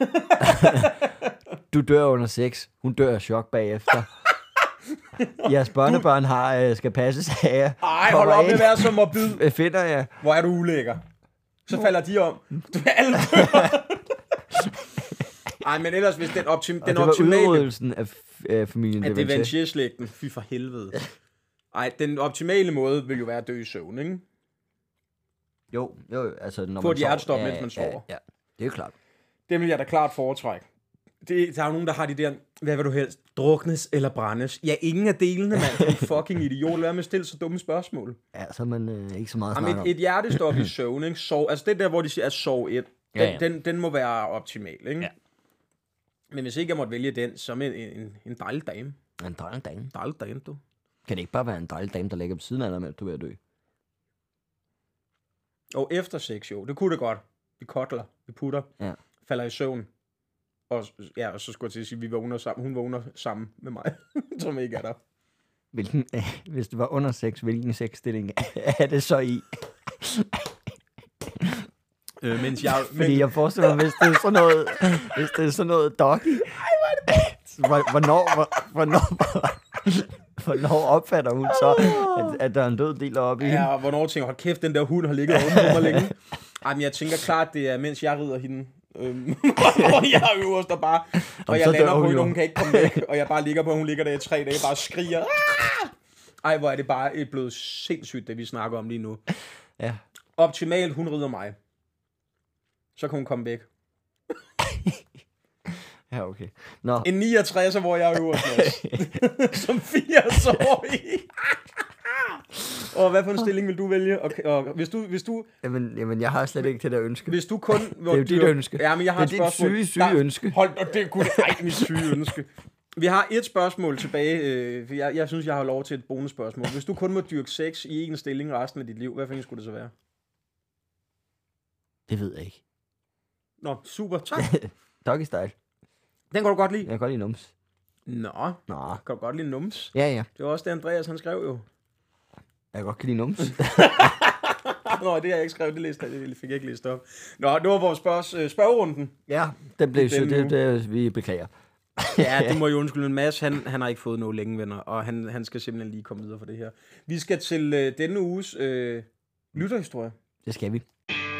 Du dør under sex. Hun dør af chok bagefter. Jeres børnebørn skal passes af jer. Ej, hold op med at være så morbid. Finder jeg. Hvor er du ulækker. Så falder de om. Du er alle Ej, men ellers hvis den optimale... Det var udryddelsen af familien Devantier. Af Devantier-slægten. Fy for helvede. Ej, den optimale måde vil jo være at dø i søvn, ikke? Jo, altså når få et hjertestop, mens man sover. Ja, det er jo klart. Det vil jeg da klart foretrække. Der er jo nogen, der har de der, hvad vil du helst, druknes eller brændes? Ja, ingen af delene, mand. Du er fucking idiot. Lad mig at stille så dumme spørgsmål. Ja, så er man ikke så meget smart om. Et hjertestop i søvn, ikke? Altså det der, hvor de siger, at sov et, den må være optimal, ikke? Ja. Men hvis ikke jeg måtte vælge den, så med en dejlig dame. En dejlig dame? Dejlig dame, du. Kan det ikke bare være en dejlig dame, der ligger på siden af dig, mens du er ved at dø? Og efter sex, jo. Det kunne det godt. Vi kotler, vi putter, falder i søvn. Og så skulle jeg til at sige, at vi vågner sammen. Hun vågner sammen med mig, som ikke er der. Hvis det var under sex, hvilken sexstilling er det så i? Fordi jeg forestiller mig, hvis det er sådan noget doggy. Hvornår opfatter hun så, at der er en død del oppe i hende? Ja, og hvornår tænker hold kæft, den der hund har ligget oven på mig længe. Ej, men jeg tænker klart, det er, mens jeg rider hende. Og jeg er øverst og bare, og jeg lander på hende, hun kan ikke komme væk, og jeg bare ligger på, hun ligger der i 3 dage, bare skriger. Ej, hvor er det bare blevet sindssygt, det vi snakker om lige nu. Ja. Optimalt, hun rider mig. Så kan hun komme væk. Ja, okay. Nå. En 69, hvor jeg er øverst. Som 80-årig. Og hvad for en stilling vil du vælge? Og hvis du Jamen, jeg har slet ikke det der ønske. hvis du kun... Det er jo dit ønske. Ja, men jeg har det et er dit spørgsmål. syge ønske. Hold, og det kunne ej, mit syge ønske. Vi har et spørgsmål tilbage. For jeg synes, jeg har lov til et bonusspørgsmål. Hvis du kun må dyrke sex i en stilling resten af dit liv, hvad for en skulle det så være? Det ved jeg ikke. Nå, super. Tak. Doggy style. Den kan du godt lide. Jeg kan godt lide nums. Nå, Nå. kan du godt lide nums? Ja, ja. Det var også det, Andreas han skrev jo. Jeg kan godt lide nums. Nå, det har jeg ikke skrevet, det fik jeg ikke læst op. Nå, det var vores spørgerunden. Ja, den blev så Den nu. det, vi beklager. Ja, det må jo undskylde. Mads, han har ikke fået noget længe, venner, og han skal simpelthen lige komme videre for det her. Vi skal til denne uges lytterhistorie. Det skal vi.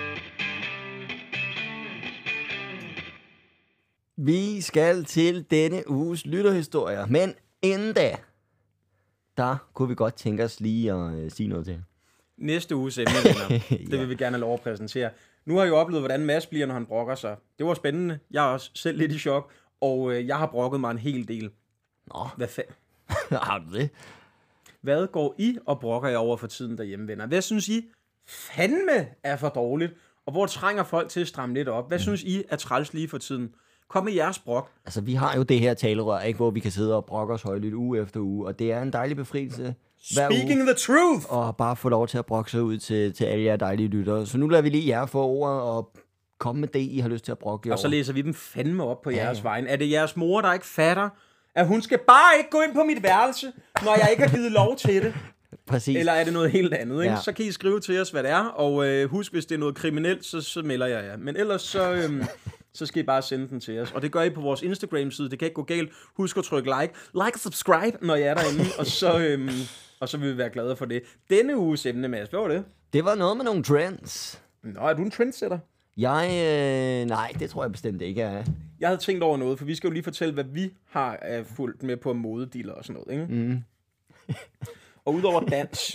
Vi skal til denne uges lytterhistorier, men inden da, der kunne vi godt tænke os lige at sige noget til. Næste uges emne, venner. Det vil vi gerne have lov at præsentere. Nu har jeg jo oplevet, hvordan Mads bliver, når han brokker sig. Det var spændende. Jeg er også selv lidt i chok, og jeg har brokket mig en hel del. Nå, Hvad fanden? har du det? Hvad går I og brokker jer over for tiden derhjemme, venner? Hvad synes I fandme er for dårligt? Og hvor trænger folk til at stramme lidt op? Hvad synes I er træls lige for tiden? Kom med jeres brok. Altså, vi har jo det her talerør, ikke, hvor vi kan sidde og brokke os højlydt uge efter uge, og det er en dejlig befrielse hver Speaking uge, the truth! og bare få lov til at brokke sig ud til alle jer dejlige lyttere. Så nu lader vi lige jer få ordet og komme med det, I har lyst til at brokke jer Og så over. læser vi dem fandme op på jeres ja. vegne. Er det jeres mor, der ikke fatter, at hun skal bare ikke gå ind på mit værelse, når jeg ikke har givet lov til det? Præcis. Eller er det noget helt andet? Ikke? Ja. Så kan I skrive til os, hvad det er. Og husk, hvis det er noget kriminelt, så melder jeg jer. Men ellers så skal I bare sende den til os. Og det gør I på vores Instagram-side. Det kan ikke gå galt. Husk at trykke like og subscribe, når I er derinde. Og så vil vi være glade for det. Denne uges emne, Mads, hvad var det? Det var noget med nogle trends. Nå, er du en trendsetter? Nej, det tror jeg bestemt ikke er. Jeg havde tænkt over noget, for vi skal jo lige fortælle, hvad vi har fulgt med på modedealer og sådan noget, ikke? Mm. Og udover dans,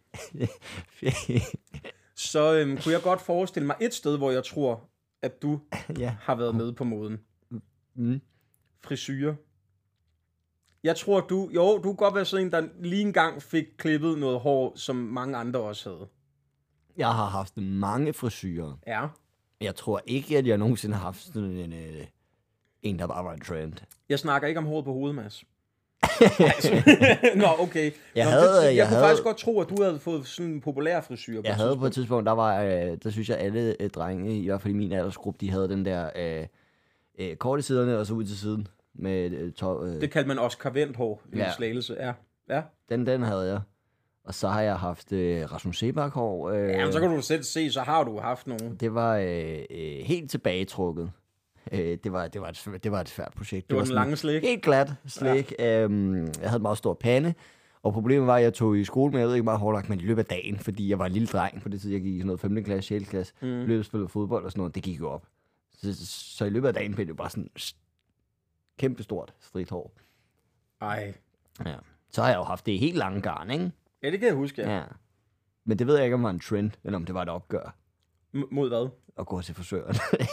så kunne jeg godt forestille mig et sted, hvor jeg tror, at du Ja. har været med på moden. Mm. Frisyrer. Jeg tror, du kunne godt være sådan en, der lige engang fik klippet noget hår, som mange andre også havde. Jeg har haft mange frisyrer. Ja. Jeg tror ikke, at jeg nogensinde har haft sådan en der bare var en trend. Jeg snakker ikke om håret på hovedet, Mads. Nå, okay. Jeg kunne faktisk godt tro, at du havde fået sådan en populær frisyr. Jeg havde på et tidspunkt, der synes jeg, alle drenge, i hvert fald i min aldersgruppe, de havde den der kort i siderne og så ud til siden. Med, det kaldte man også karventhår i Ja. Slagelse. Ja. Den havde jeg. Og så har jeg haft Rasmus Seebach-hår. Ja, men så kan du selv se, så har du haft nogle. Det var helt tilbagetrukket. Det var et svært projekt. Det var den lange slæg. Helt glat slæg. Ja. Jeg havde en meget stor pande. Og problemet var, at jeg tog i skole med, jeg ved ikke meget hårdlagt, men i løbet af dagen, fordi jeg var en lille dreng på det tid, jeg gik i sådan noget 5. klasse, 6. klasse, løb og spillede fodbold og sådan noget, det gik jo op. Så i løbet af dagen blev det bare sådan kæmpestort stridt hår. Ej. Ja. Så har jeg jo haft det helt lange garn, ikke? Ja, det kan jeg huske, ja. Ja. Men det ved jeg ikke, om det var en trend, eller om det var et opgør Mod hvad? at gå til frisøren.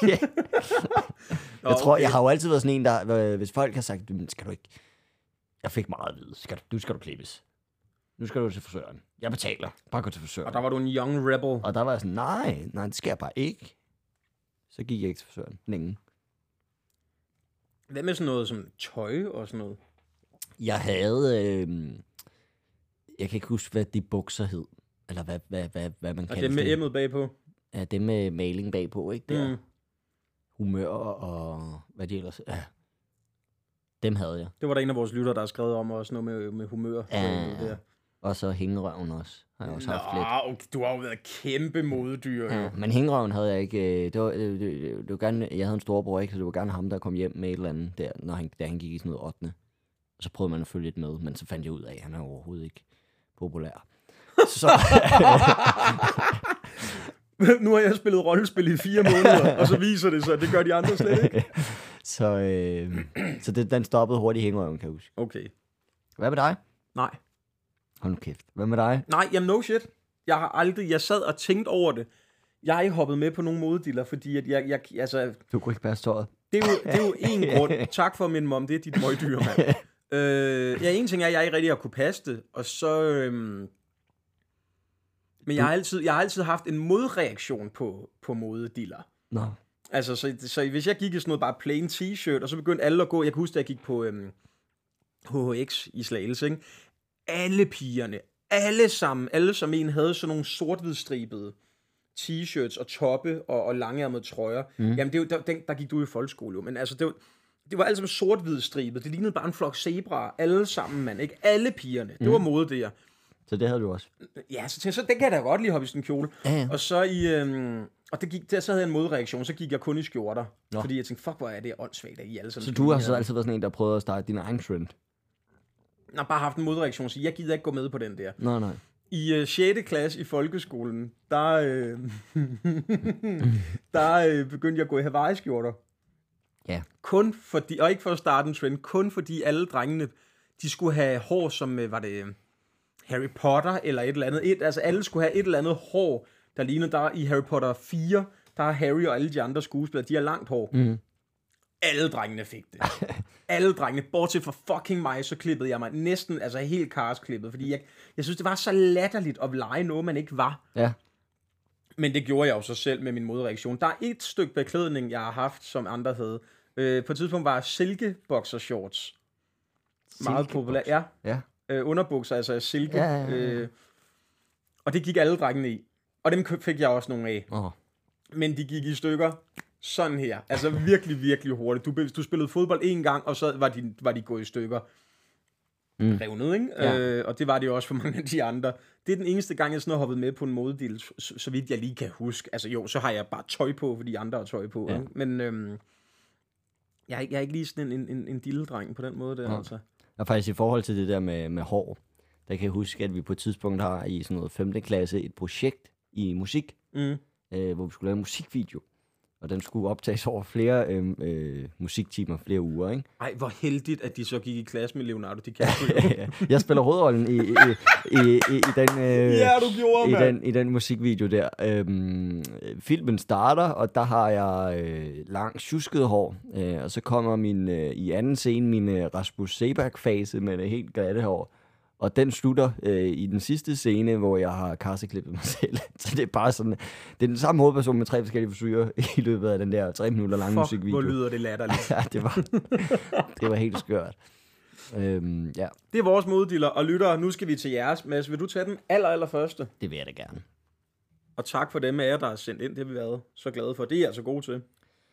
Jeg har jo altid været sådan en, der, hvis folk har sagt, skal du ikke, jeg fik meget at vide, nu skal du klippes. Nu skal du til frisøren. Jeg betaler. Bare gå til frisøren. Og der var du en young rebel. Og der var jeg sådan, nej, det skal jeg bare ikke. Så gik jeg ikke til frisøren længe. Hvad med sådan noget som tøj og sådan noget? Jeg havde, jeg kan ikke huske, hvad de bukser hed. Eller hvad man Og kalder det med M'et bagpå? Ja, det med maling bagpå, ikke? Der. Humør og hvad de ellers... Ja. Dem havde jeg. Det var der en af vores lyttere, der har skrevet om også noget med humør. Ja. Og så hængerøven også. Har jeg også haft lidt. Okay, du har jo været kæmpe modedyr. Ja, men hængerøven havde jeg ikke... Det var gerne, jeg havde en storebror, ikke? Så det var gerne ham, der kom hjem med et eller andet der, da han gik i sådan noget 8. Og så prøvede man at følge lidt med, men så fandt jeg ud af, at han er overhovedet ikke populær. Så... Nu har jeg spillet rollespil i 4 måneder, og så viser det sig, at det gør de andre slet ikke. Så den stoppede hurtigt hængerøven, kan jeg huske. Okay. Hvad med dig? Nej. Hold nu kæft. Hvad med dig? Nej, jamen no shit. Jeg sad og tænkte over det. Jeg har ikke hoppet med på nogen modediller, fordi at jeg altså... Du kunne ikke passe tøjet. Det er jo en grund. Tak for min mom, det er dit møgdyr, mand. En ting er, at jeg ikke rigtig har kunne passe det, og så... Men jeg har altid haft en modreaktion på modediller. Nå. Altså, så hvis jeg gik i sådan noget bare plain t-shirt, og så begyndte alle at gå... Jeg kan huske, at jeg gik på HHX i Slagelse, ikke? Alle pigerne, alle som en havde sådan nogle sort-hvid-stribede t-shirts og toppe og langeærmede trøjer. Jamen, der gik du i folkeskole jo, men altså, det var alt sammen sort-hvid stribet. Det lignede bare en flok zebraer, alle sammen, mand. Ikke alle pigerne. Det var mode der. Så det havde du også? Ja, så den kan jeg da godt lige hoppe i sådan en kjole. Ja. Og så så havde jeg en modreaktion, så gik jeg kun i skjorter. Nå. Fordi jeg tænkte, fuck, hvor er det åndssvagt, at I alle sammen... Så du har så altid været sådan en, der prøvede at starte din egen trend? Jeg har bare haft en modreaktion, så jeg gider ikke gå med på den der. Nej. I 6. klasse i folkeskolen, der begyndte jeg at gå i Hawaii-skjorter. Ja. Kun fordi, og ikke for at starte en trend, kun fordi alle drengene, de skulle have hår som, var det Harry Potter eller et eller andet. Altså alle skulle have et eller andet hår, der lignede der i Harry Potter 4, der er Harry og alle de andre skuespillere, de har langt hår. Alle drengene fik det. Alle drengene, bortset fra fucking mig, så klippede jeg mig næsten, altså helt karsklippet, fordi jeg synes, det var så latterligt at lege noget, man ikke var. Ja. Men det gjorde jeg jo så selv med min modreaktion. Der er et stykke beklædning, jeg har haft, som andre havde. På et tidspunkt var silkeboxershorts meget populært. Ja. Underbukser, altså silke. Ja. Og det gik alle drengene i. Og dem fik jeg også nogle af. Men de gik i stykker sådan her. Altså virkelig, virkelig hurtigt. Du spillede fodbold en gang, og så var de gået i stykker. Revnet, ikke? Ja. Og det var det jo også for mange af de andre. Det er den eneste gang, jeg sådan har hoppet med på en modedil, så vidt jeg lige kan huske. Altså jo, så har jeg bare tøj på, fordi andre har tøj på. Ja. Ikke? Men jeg er ikke lige sådan en dilledreng på den måde der, altså. Og faktisk i forhold til det der med hår, der kan jeg huske, at vi på et tidspunkt har i sådan noget 5. klasse et projekt i musik, hvor vi skulle lave en musikvideo. Og den skulle optages over flere musiktimer, flere uger, ikke? Ej, hvor heldigt, at de så gik i klasse med Leonardo DiCaprio. Jeg spiller hovedrollen i den, i den musikvideo der. Filmen starter, og der har jeg langt tjusket hår. Og så kommer i anden scene min Rasmus Seebach-fase med det helt glatte hår. Og den slutter i den sidste scene, hvor jeg har karseklippet mig selv. Så det er bare sådan, det er den samme hovedperson med 3 forskellige frisyrer i løbet af den der 3 minutter lange musikvideo. Hvor lyder det latterligt. Ja, det var helt skørt. Ja. Det er vores moddiller, og lyttere, nu skal vi til jeres. Mads, vil du tage den aller første? Det vil jeg da gerne. Og tak for dem af jer, der har sendt ind. Det har vi været så glade for. Det er altså gode til.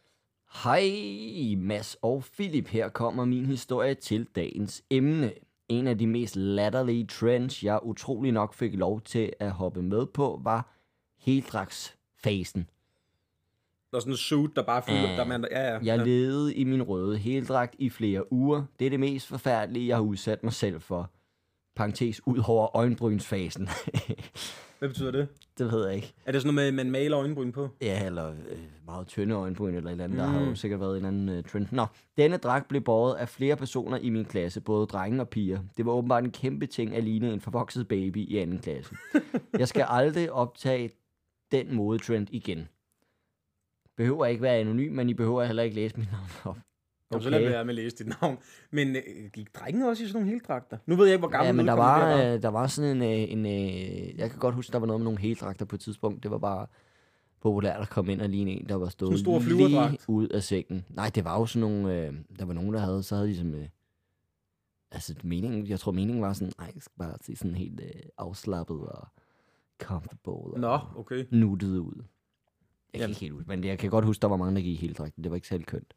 Hej Mads og Philip, her kommer min historie til dagens emne. En af de mest latterlige trends, jeg utrolig nok fik lov til at hoppe med på, var heldragtsfasen. Der er sådan en suit, der bare fylder. Jeg levede i min røde heldragt i flere uger. Det er det mest forfærdelige, jeg har udsat mig selv for. Parentes ud over øjenbrynsfasen. Hvad betyder det? Det ved jeg ikke. Er det sådan noget med, at man maler øjenbryn på? Ja, eller meget tynde øjenbryn eller et eller andet. Der har jo sikkert været en anden trend. Nå, denne dragt blev båret af flere personer i min klasse, både drenge og piger. Det var åbenbart en kæmpe ting at ligne en forvokset baby i 2. klasse. Jeg skal aldrig optage den modetrend igen. Behøver ikke være anonym, men I behøver heller ikke læse mit navn op. Okay. Så lad være med at læse dit navn. Men gik drengene også i sådan nogle heldragter? Nu ved jeg ikke, hvor gammel men der var sådan en jeg kan godt huske, der var noget med nogle heldragter på et tidspunkt. Det var bare populært at komme ind og ligne en, der var stået lige ud af sengen. Nej, det var jo sådan nogle, der var nogen, der havde, så havde de som, altså jeg tror meningen var sådan, jeg skal bare se sådan helt afslappet og comfortable og nuttet ud. Jeg kan ikke helt ud, men jeg kan godt huske, der var mange, der gik i heldragten. Det var ikke særlig kønt.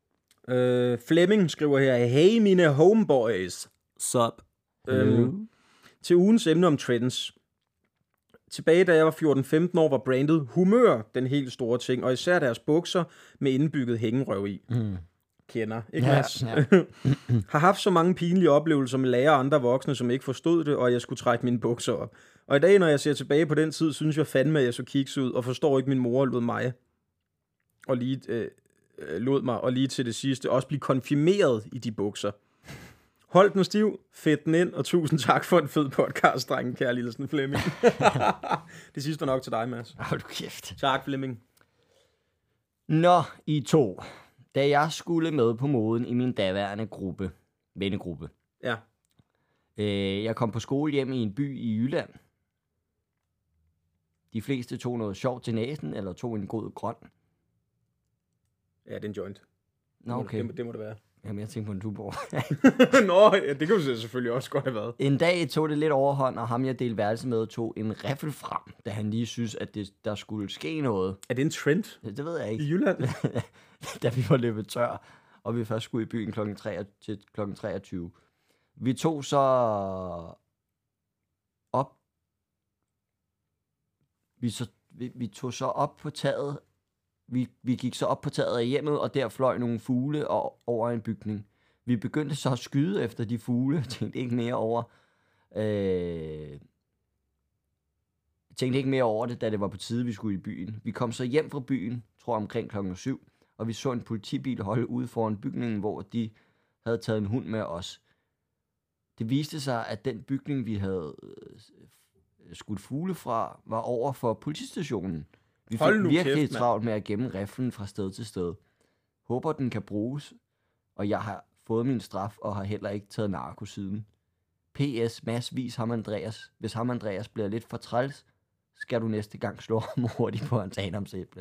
Flemming skriver her, hey mine homeboys, sup? Til ugens emne om trends. Tilbage da jeg var 14-15 år, var brandet Humør den helt store ting, og især deres bukser med indbygget hængerøv i. Kender, ikke Mads? Ja. Har haft så mange pinlige oplevelser med lærere og andre voksne, som ikke forstod det, og jeg skulle trække mine bukser op. Og i dag, når jeg ser tilbage på den tid, synes jeg fandme, at jeg så kiks ud, og forstår ikke, min mor lod mig og lige til det sidste også blive konfirmeret i de bukser. Hold den stiv, fedt den ind, og tusind tak for en fed podcast, drengen, kære lille Flemming. Det sidste er nok til dig, Mads. Hold du kæft. Tak, Flemming. Nå, I to. Da jeg skulle med på moden i min daværende vennegruppe. Ja. Jeg kom på skole hjem i en by i Jylland. De fleste tog noget sjovt til næsen, eller tog en god grøn. Ja, det er en joint. Nå, okay. Det må det være. Jamen, jeg tænkte på en Tuborg. Nå, ja, det kunne selvfølgelig også godt have været. En dag tog det lidt overhånd, og ham jeg delte værelse med tog en riffel frem, da han lige synes, at der skulle ske noget. Er det en trend Det ved jeg ikke. i Jylland? Da vi var løbet tør, og vi først skulle i byen kl. 23. Vi tog så op. Vi tog så op på taget. Vi gik så op på taget af hjemmet, og der fløj nogle fugle over en bygning. Vi begyndte så at skyde efter de fugle. Tænkte ikke mere over det, da det var på tide, vi skulle i byen. Vi kom så hjem fra byen, tror omkring klokken 7, og vi så en politibil holde ude foran bygningen, hvor de havde taget en hund med os. Det viste sig, at den bygning, vi havde skudt fugle fra, var over for politistationen. Vi fik virkelig travlt med at gemme riflen fra sted til sted. Håber, den kan bruges, og jeg har fået min straf og har heller ikke taget narko siden. PS, masvis ham Andreas. Hvis ham Andreas bliver lidt for træls, skal du næste gang slå ham hurtigt på hans anamsæble.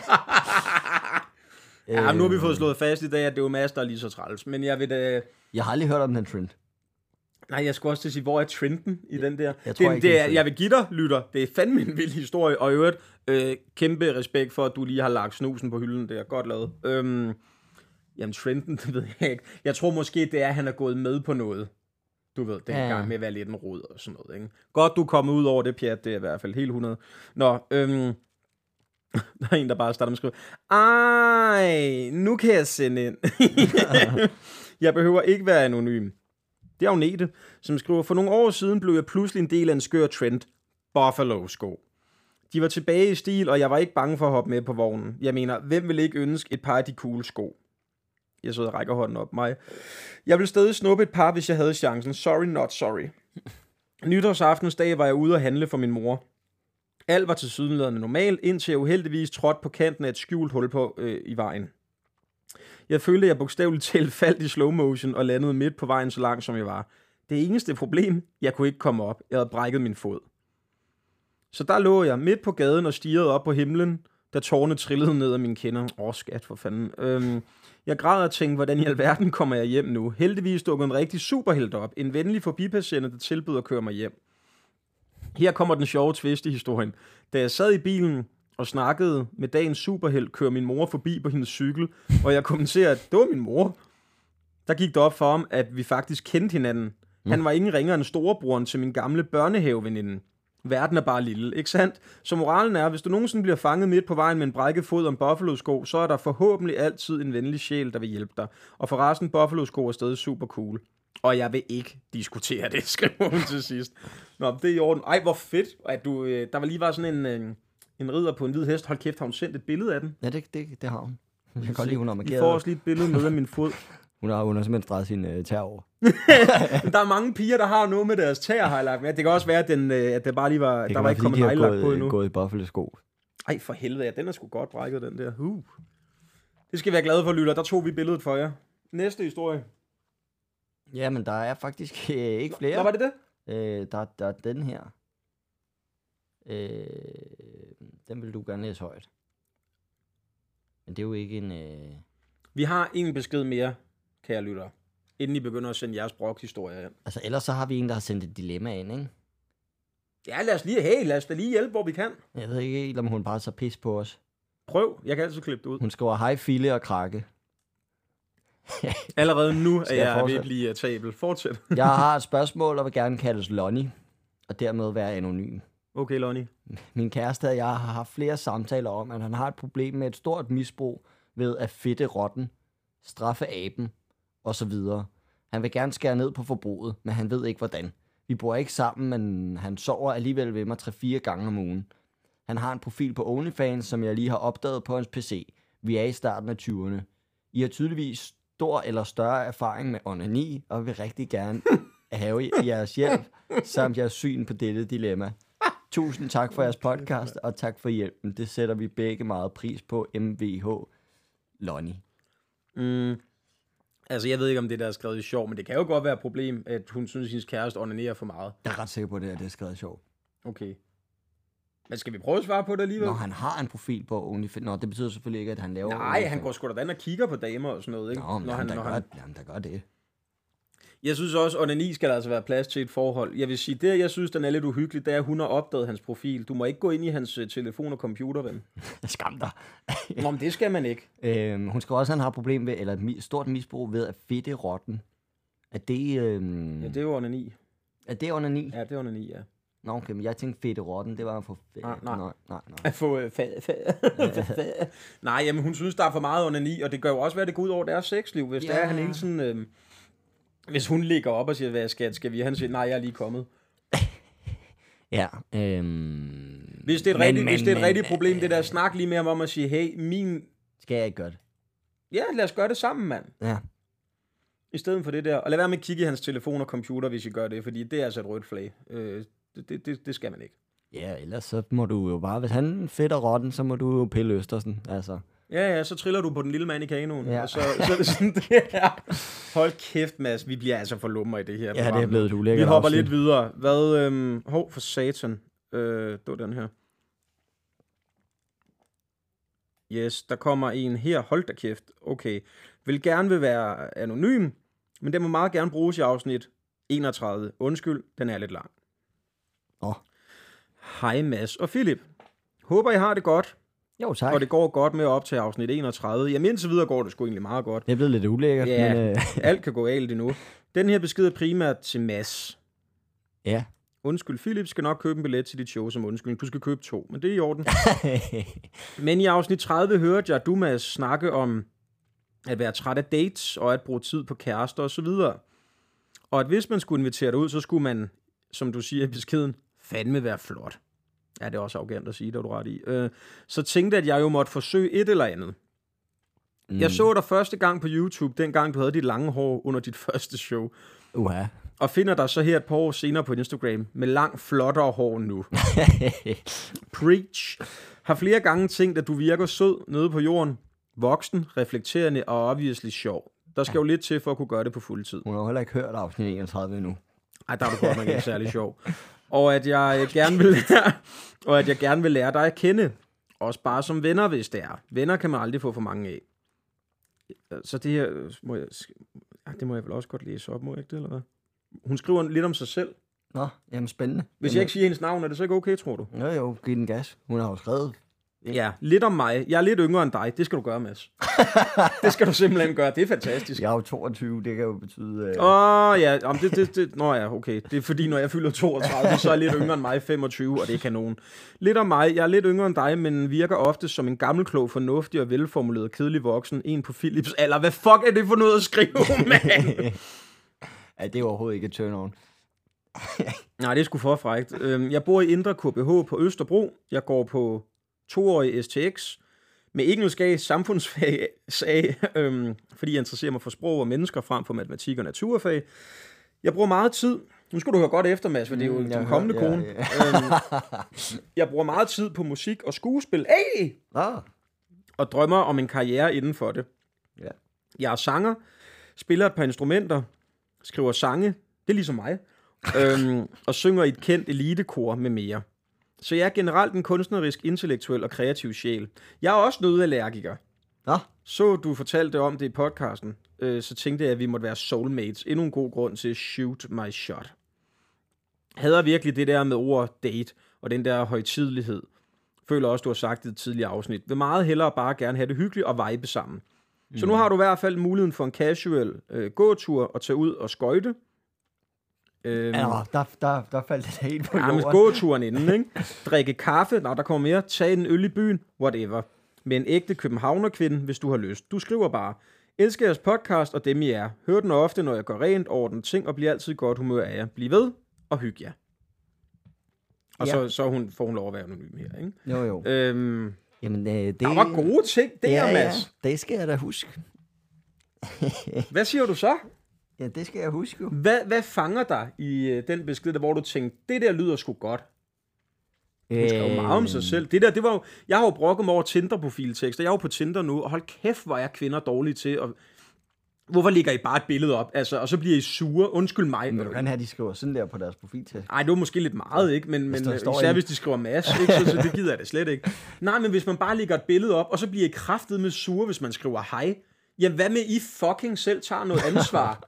Ja, nu har vi fået slået fast i dag, at det er Mads, der er lige så træls. Men jeg vil da... Jeg har aldrig hørt om den trend. Nej, jeg skulle også til at sige, hvor er trenden i den der? Jeg vil give dig, lytter. Det er fandme en vild historie, og i øvrigt kæmpe respekt for, at du lige har lagt snusen på hylden der. Godt lavet. Jamen, trenden, det ved jeg ikke. Jeg tror måske, det er, at han er gået med på noget. Du ved, det er gang med at være lidt en rod og sådan noget, ikke? Godt, du er kommet ud over det, pjat. Det er i hvert fald helt 100. Nå, der er en, der bare starter med at skrive, ej, nu kan jeg sende ind. Jeg behøver ikke være anonym. Det er Agnete, som skriver, for nogle år siden blev jeg pludselig en del af en skør trend. Buffalo-sko. De var tilbage i stil, og jeg var ikke bange for at hoppe med på vognen. Jeg mener, hvem vil ikke ønske et par af de cool sko? Jeg sidder og rækker hånden op mig. Jeg ville stadig snuppe et par, hvis jeg havde chancen. Sorry, not sorry. Nytårsaftensdag var jeg ude at handle for min mor. Alt var tilsyneladende normalt, indtil jeg uheldigvis trådte på kanten af et skjult hul på i vejen. Jeg følte, at jeg bogstaveligt talt faldt i slow motion og landede midt på vejen så langt, som jeg var. Det eneste problem, jeg kunne ikke komme op. Jeg havde brækket min fod. Så der lå jeg midt på gaden og stirrede op på himlen, da tårerne trillede ned af mine kinder. Skat for fanden. Jeg græd og tænkte, hvordan i alverden kommer jeg hjem nu? Heldigvis dukkede en rigtig superhelt op. En venlig forbipasserende, der tilbød at køre mig hjem. Her kommer den sjove twist i historien. Da jeg sad i bilen og snakkede med dagens superhelt, kører min mor forbi på hendes cykel, og jeg kommenterer, at det var min mor. Der gik det op for ham, at vi faktisk kendte hinanden. Han var ingen ringere end storebroren til min gamle børnehaveveninde. Verden er bare lille, ikke sandt? Så moralen er, hvis du nogensinde bliver fanget midt på vejen med en brækket fod om Buffalo-sko, så er der forhåbentlig altid en venlig sjæl, der vil hjælpe dig. Og forresten, Buffalo-sko er stadig super cool. Og jeg vil ikke diskutere det, skriver hun til sidst. Nå, det er i orden. Ej, hvor fedt, at du... Der var lige var sådan en ridder på en hvid hest. Hold kæft, har hun sendt et billede af den? Ja, det har hun. Jeg kan godt lide, hun har markeret. Vi får også lige et billede med af min fod. Hun har simpelthen streget sin tær over. Der er mange piger, der har noget med deres tær highlight med. Det kan også være, at det bare lige var... Det der var ikke kommet highlight på endnu. Det gået i Buffalo-sko. Ej, for helvede, ja, den er sgu godt brækket, den der. Det skal vi være glade for, lytter. Der tog vi billedet for jer. Næste historie. Ja, men der er faktisk ikke flere. Nå, var det det? Der er den her. Den vil du gerne læse højt. Men det er jo ikke en... Vi har en besked mere, kære lytter, inden I begynder at sende jeres brokhistorier ind. Altså, ellers så har vi en, der har sendt et dilemma ind, ikke? Ja, lad os da lige hjælpe, hvor vi kan. Jeg ved ikke helt, om hun bare så pis på os. Prøv, jeg kan altid klippe det ud. Hun skriver, hej Fille og Krakke. Allerede nu er jeg ved at blive irritabel. Fortsæt. Jeg har et spørgsmål og vil gerne kaldes Lonnie, og dermed være anonym. Okay, Lonnie. Min kæreste og jeg har haft flere samtaler om, at han har et problem med et stort misbrug ved at fedte rotten, straffe aben osv. Han vil gerne skære ned på forbruget, men han ved ikke hvordan. Vi bor ikke sammen, men han sover alligevel ved mig 3-4 gange om ugen. Han har en profil på OnlyFans, som jeg lige har opdaget på hans PC. Vi er i starten af 20'erne. I har tydeligvis stor eller større erfaring med onani, og vil rigtig gerne have jeres hjælp, samt jeres syn på dette dilemma. Tusind tak for jeres podcast, og tak for hjælpen. Det sætter vi begge meget pris på, MVH Lonnie. Altså, jeg ved ikke, om det der er skrevet i sjov, men det kan jo godt være et problem, at hun synes, at hendes kæreste onanerer for meget. Jeg er ret sikker på, at det er skrevet sjov. Okay. Men skal vi prøve at svare på det alligevel? Når han har en profil på OnlyFans. Nå, det betyder selvfølgelig ikke, at han laver... Nej, han går sgu da og kigger på damer og sådan noget, ikke? Nå, men han gør det. Jeg synes også, at onani skal der altså være plads til et forhold. Jeg vil sige, det jeg synes, den er lidt uhyggelig, det er, at hun har opdaget hans profil. Du må ikke gå ind i hans telefon og computer, ven. Skam dig. Nå, men det skal man ikke. Hun skal også, at han har et problem ved, eller et stort misbrug ved at fedte rotten. Er det... Ja, det er jo onani. Er det onani? Ja, det er onani, ja. Nå, okay, men jeg tænkte fedte rotten, det var at få... Nej. At få Nej, jamen hun synes, der er for meget onani, og det gør jo også, hvad det går ud over deres sexliv. Hvis det er, han hele tiden... Hvis hun ligger op og siger, hvad skal vi? Han siger, nej, jeg er lige kommet. Ja. Hvis det er et rigtigt problem, det der snak lige med ham om at sige, hey, skal jeg ikke gøre det? Ja, lad os gøre det sammen, mand. Ja. I stedet for det der. Og lad være med at kigge i hans telefon og computer, hvis I gør det, fordi det er altså et rødt flag. Det skal man ikke. Ja, ellers så må du jo bare, hvis han fedter rotten, så må du jo pille Østersen, altså. Ja, så triller du på den lille mand i kanonen, og så er det sådan, det her. Hold kæft, Mads, vi bliver altså for lummer i det her program. Ja, det er blevet ulækkert. Vi hopper lidt videre. Hvad, for satan. Det var den her. Yes, der kommer en her. Hold da kæft. Okay. Vil gerne være anonym, men den må meget gerne bruges i afsnit 31. Undskyld, den er lidt lang. Hej Mads og Philip. Håber, I har det godt. Jo, tak. Og det går godt med at optage afsnit 31. Jamen indtil videre går det sgu egentlig meget godt. Det er blevet lidt ulækkert. Ja, men, alt kan gå galt endnu. Den her besked er primært til Mads. Ja. Undskyld, Philip skal nok købe en billet til dit show som undskyldning. Du skal købe 2, men det er i orden. Men i afsnit 30 hørte jeg, at du, Mads, snakke om at være træt af dates og at bruge tid på kærester og så videre. Og at hvis man skulle invitere dig ud, så skulle man, som du siger i beskeden, fandme være flot. Ja, det er også arrogant at sige, det var du ret i. Så tænkte at jeg jo måtte forsøge et eller andet. Jeg så dig første gang på YouTube, dengang du havde dit lange hår under dit første show. Og finder dig så her et par år senere på Instagram med langt flottere hår nu. Preach. Har flere gange tænkt, at du virker sød nede på jorden. Voksen, reflekterende og obviously sjov. Der skal jo lidt til for at kunne gøre det på fuld tid. Hun har heller ikke hørt afsnit 31 endnu. Ej, der er du godt nok ikke særlig sjov. Og at jeg gerne vil lære dig at kende. Også bare som venner, hvis det er. Venner kan man aldrig få for mange af. Så det her det må jeg vel også godt læse op, må jeg ikke det, eller hvad? Hun skriver lidt om sig selv. Nå, jamen spændende. Hvis jeg ikke siger hendes navn, er det så ikke okay, tror du? Jo, giv den gas. Hun har jo skrevet. Ja, lidt om mig. Jeg er lidt yngre end dig. Det skal du gøre, Mads. Det skal du simpelthen gøre. Det er fantastisk. Jeg er jo 22, det kan jo betyde... ja, nå ja, okay. Det er fordi, når jeg fylder 32, så er jeg lidt yngre end mig, 25, og det er kanon. Lidt om mig. Jeg er lidt yngre end dig, men virker ofte som en gammelklog, fornuftig og velformuleret, kedelig voksen. En på Philips alder. Hvad fuck er det for noget at skrive, mand? Ja, det er overhovedet ikke et turn-on. Nej, det er sgu for frækt. Jeg bor i Indre KBH på Østerbro. Jeg går på 2-årig STX med engelsk af samfundsfag, fordi jeg interesserer mig for sprog og mennesker frem for matematik og naturfag. Jeg bruger meget tid. Nu skal du høre godt efter, Mads, for det er jo din kommende kone. Jeg bruger meget tid på musik og skuespil. Og drømmer om en karriere inden for det. Ja. Jeg er sanger, spiller et par instrumenter, skriver sange, det er ligesom mig, og synger i et kendt elitekor med mere. Så jeg er generelt en kunstnerisk, intellektuel og kreativ sjæl. Jeg er også nødallergiker. Så du fortalte om det i podcasten, så tænkte jeg, at vi måtte være soulmates. Endnu en god grund til shoot my shot. Hader virkelig det der med ord date og den der højtidelighed. Føler også, du har sagt det i et tidligere afsnit. Vil meget hellere bare gerne have det hyggeligt og vibe sammen. Så nu har du i hvert fald muligheden for en casual gåtur og tage ud og skøjte. Der faldt det helt på jorden. Ja, med gåturen inden, ikke? Drikke kaffe, der kommer mere. Tag en øl i byen, whatever. Med en ægte københavnerkvinde, hvis du har lyst. Du skriver bare, elsker jeres podcast og dem I er. Hør den ofte, når jeg går rent over den ting, og bliver altid godt humør af jer. Bliv ved, og hygge jer. Og så får hun lov at være anonym her, ikke? Jo. Jamen, der var gode ting der, Mads. Ja, det skal jeg da huske. Hvad siger du så? Ja, det skal jeg huske jo. Hvad fanger dig i den besked, der, hvor du tænkte, det der lyder sgu godt? Hun skrev meget om sig selv. Det var jo, jeg har jo brokket mig over Tinder-profiltekster. Jeg er jo på Tinder nu, og hold kæft, hvor er kvinder dårlige til. Og hvorfor lægger I bare et billede op? Altså, og så bliver I sure. Undskyld mig. Men vil du gerne have, at de skriver sådan der på deres profiltekst? Ej, det var måske lidt meget, ikke? Men især hvis de skriver masse, ikke? Så det gider jeg det slet ikke. Nej, men hvis man bare lægger et billede op, og så bliver I kraftet med sure, hvis man skriver hej. Ja, hvad med I fucking selv tager noget ansvar?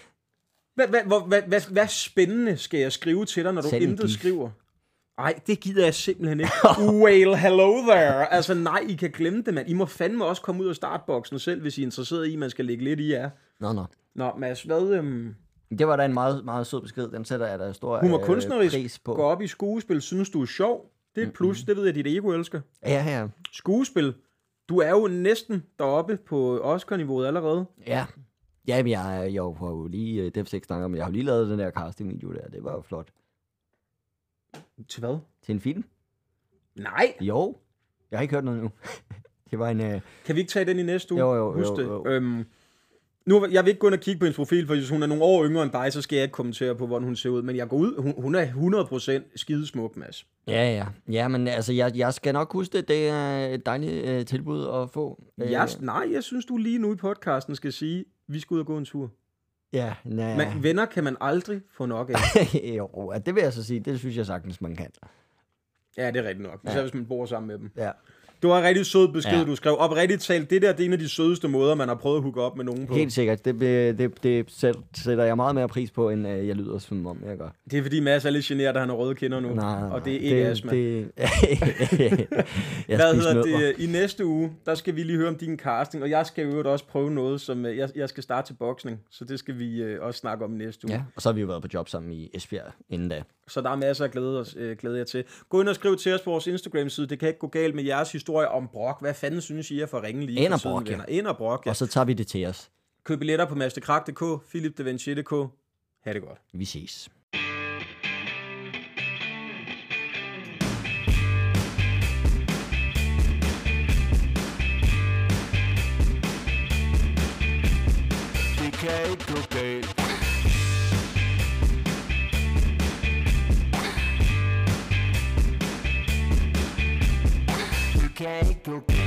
Hvad spændende skal jeg skrive til dig, når du intet skriver? Ej, det gider jeg simpelthen ikke. Well, hello there. Altså nej, I kan glemme det, mand. I må fandme også komme ud af startboksen selv, hvis I er interesseret i, at man skal lægge lidt i jer. Nå, Mads, hvad... Det var da en meget, meget sød besked. Den sætter jeg da stor Hun var kunstnerisk, pris på. Gå op i skuespil, synes du er sjov. Det er et plus, det ved jeg, dit ego elsker. Ja. Skuespil. Du er jo næsten deroppe på Oscar-niveauet allerede. Ja. Ja, men jeg har jo lige, det har jeg snakke om, jeg har lige lavet den der casting-video der. Det var jo flot. Til hvad? Til en film? Nej! Jo. Jeg har ikke hørt noget nu. Det var en... Kan vi ikke tage den i næste uge? Jo. Husk det. Nu, jeg vil ikke gå ind og kigge på hendes profil, for hvis hun er nogle år yngre end dig, så skal jeg ikke kommentere på, hvordan hun ser ud. Men jeg går ud, hun er 100% skidesmuk, Mads. Ja, men altså, jeg skal nok huske det. Det er et dejligt tilbud at få. Jeg synes, du lige nu i podcasten skal sige, vi skal ud og gå en tur. Ja, nej. Men venner kan man aldrig få nok af. Jo, det vil jeg så sige. Det synes jeg sagtens, man kan. Ja, det er rigtigt nok. Især hvis man bor sammen med dem. Ja. Det var en rigtig sød besked, du skrev. Oprigtigt talt, det er en af de sødeste måder, man har prøvet at hooke op med nogen på. Helt sikkert. Det sætter jeg meget mere pris på, end jeg lyder som om, jeg gør. Det er fordi Mads er lidt generet, at han har røde kinder nu. Nej, og det er ikke astma. Hvad hedder det? I næste uge, der skal vi lige høre om din casting, og jeg skal jo også prøve noget, som jeg skal starte til boksning. Så det skal vi også snakke om i næste uge. Ja, og så har vi jo været på job sammen i Esbjerg inden da. Så der er masser af glæde jer til. Gå ind og skriv til os på vores Instagram-side. Det kan ikke gå galt med jeres historie om brok. Hvad fanden synes I er for ringe lige? Ind og brok, ja. Og så tager vi det til os. Køb billetter på masterkrak.dk, philipdevanchier.dk. Ha' det godt. Vi ses. Det kan ikke gå galt. Det kan ikke gå galt.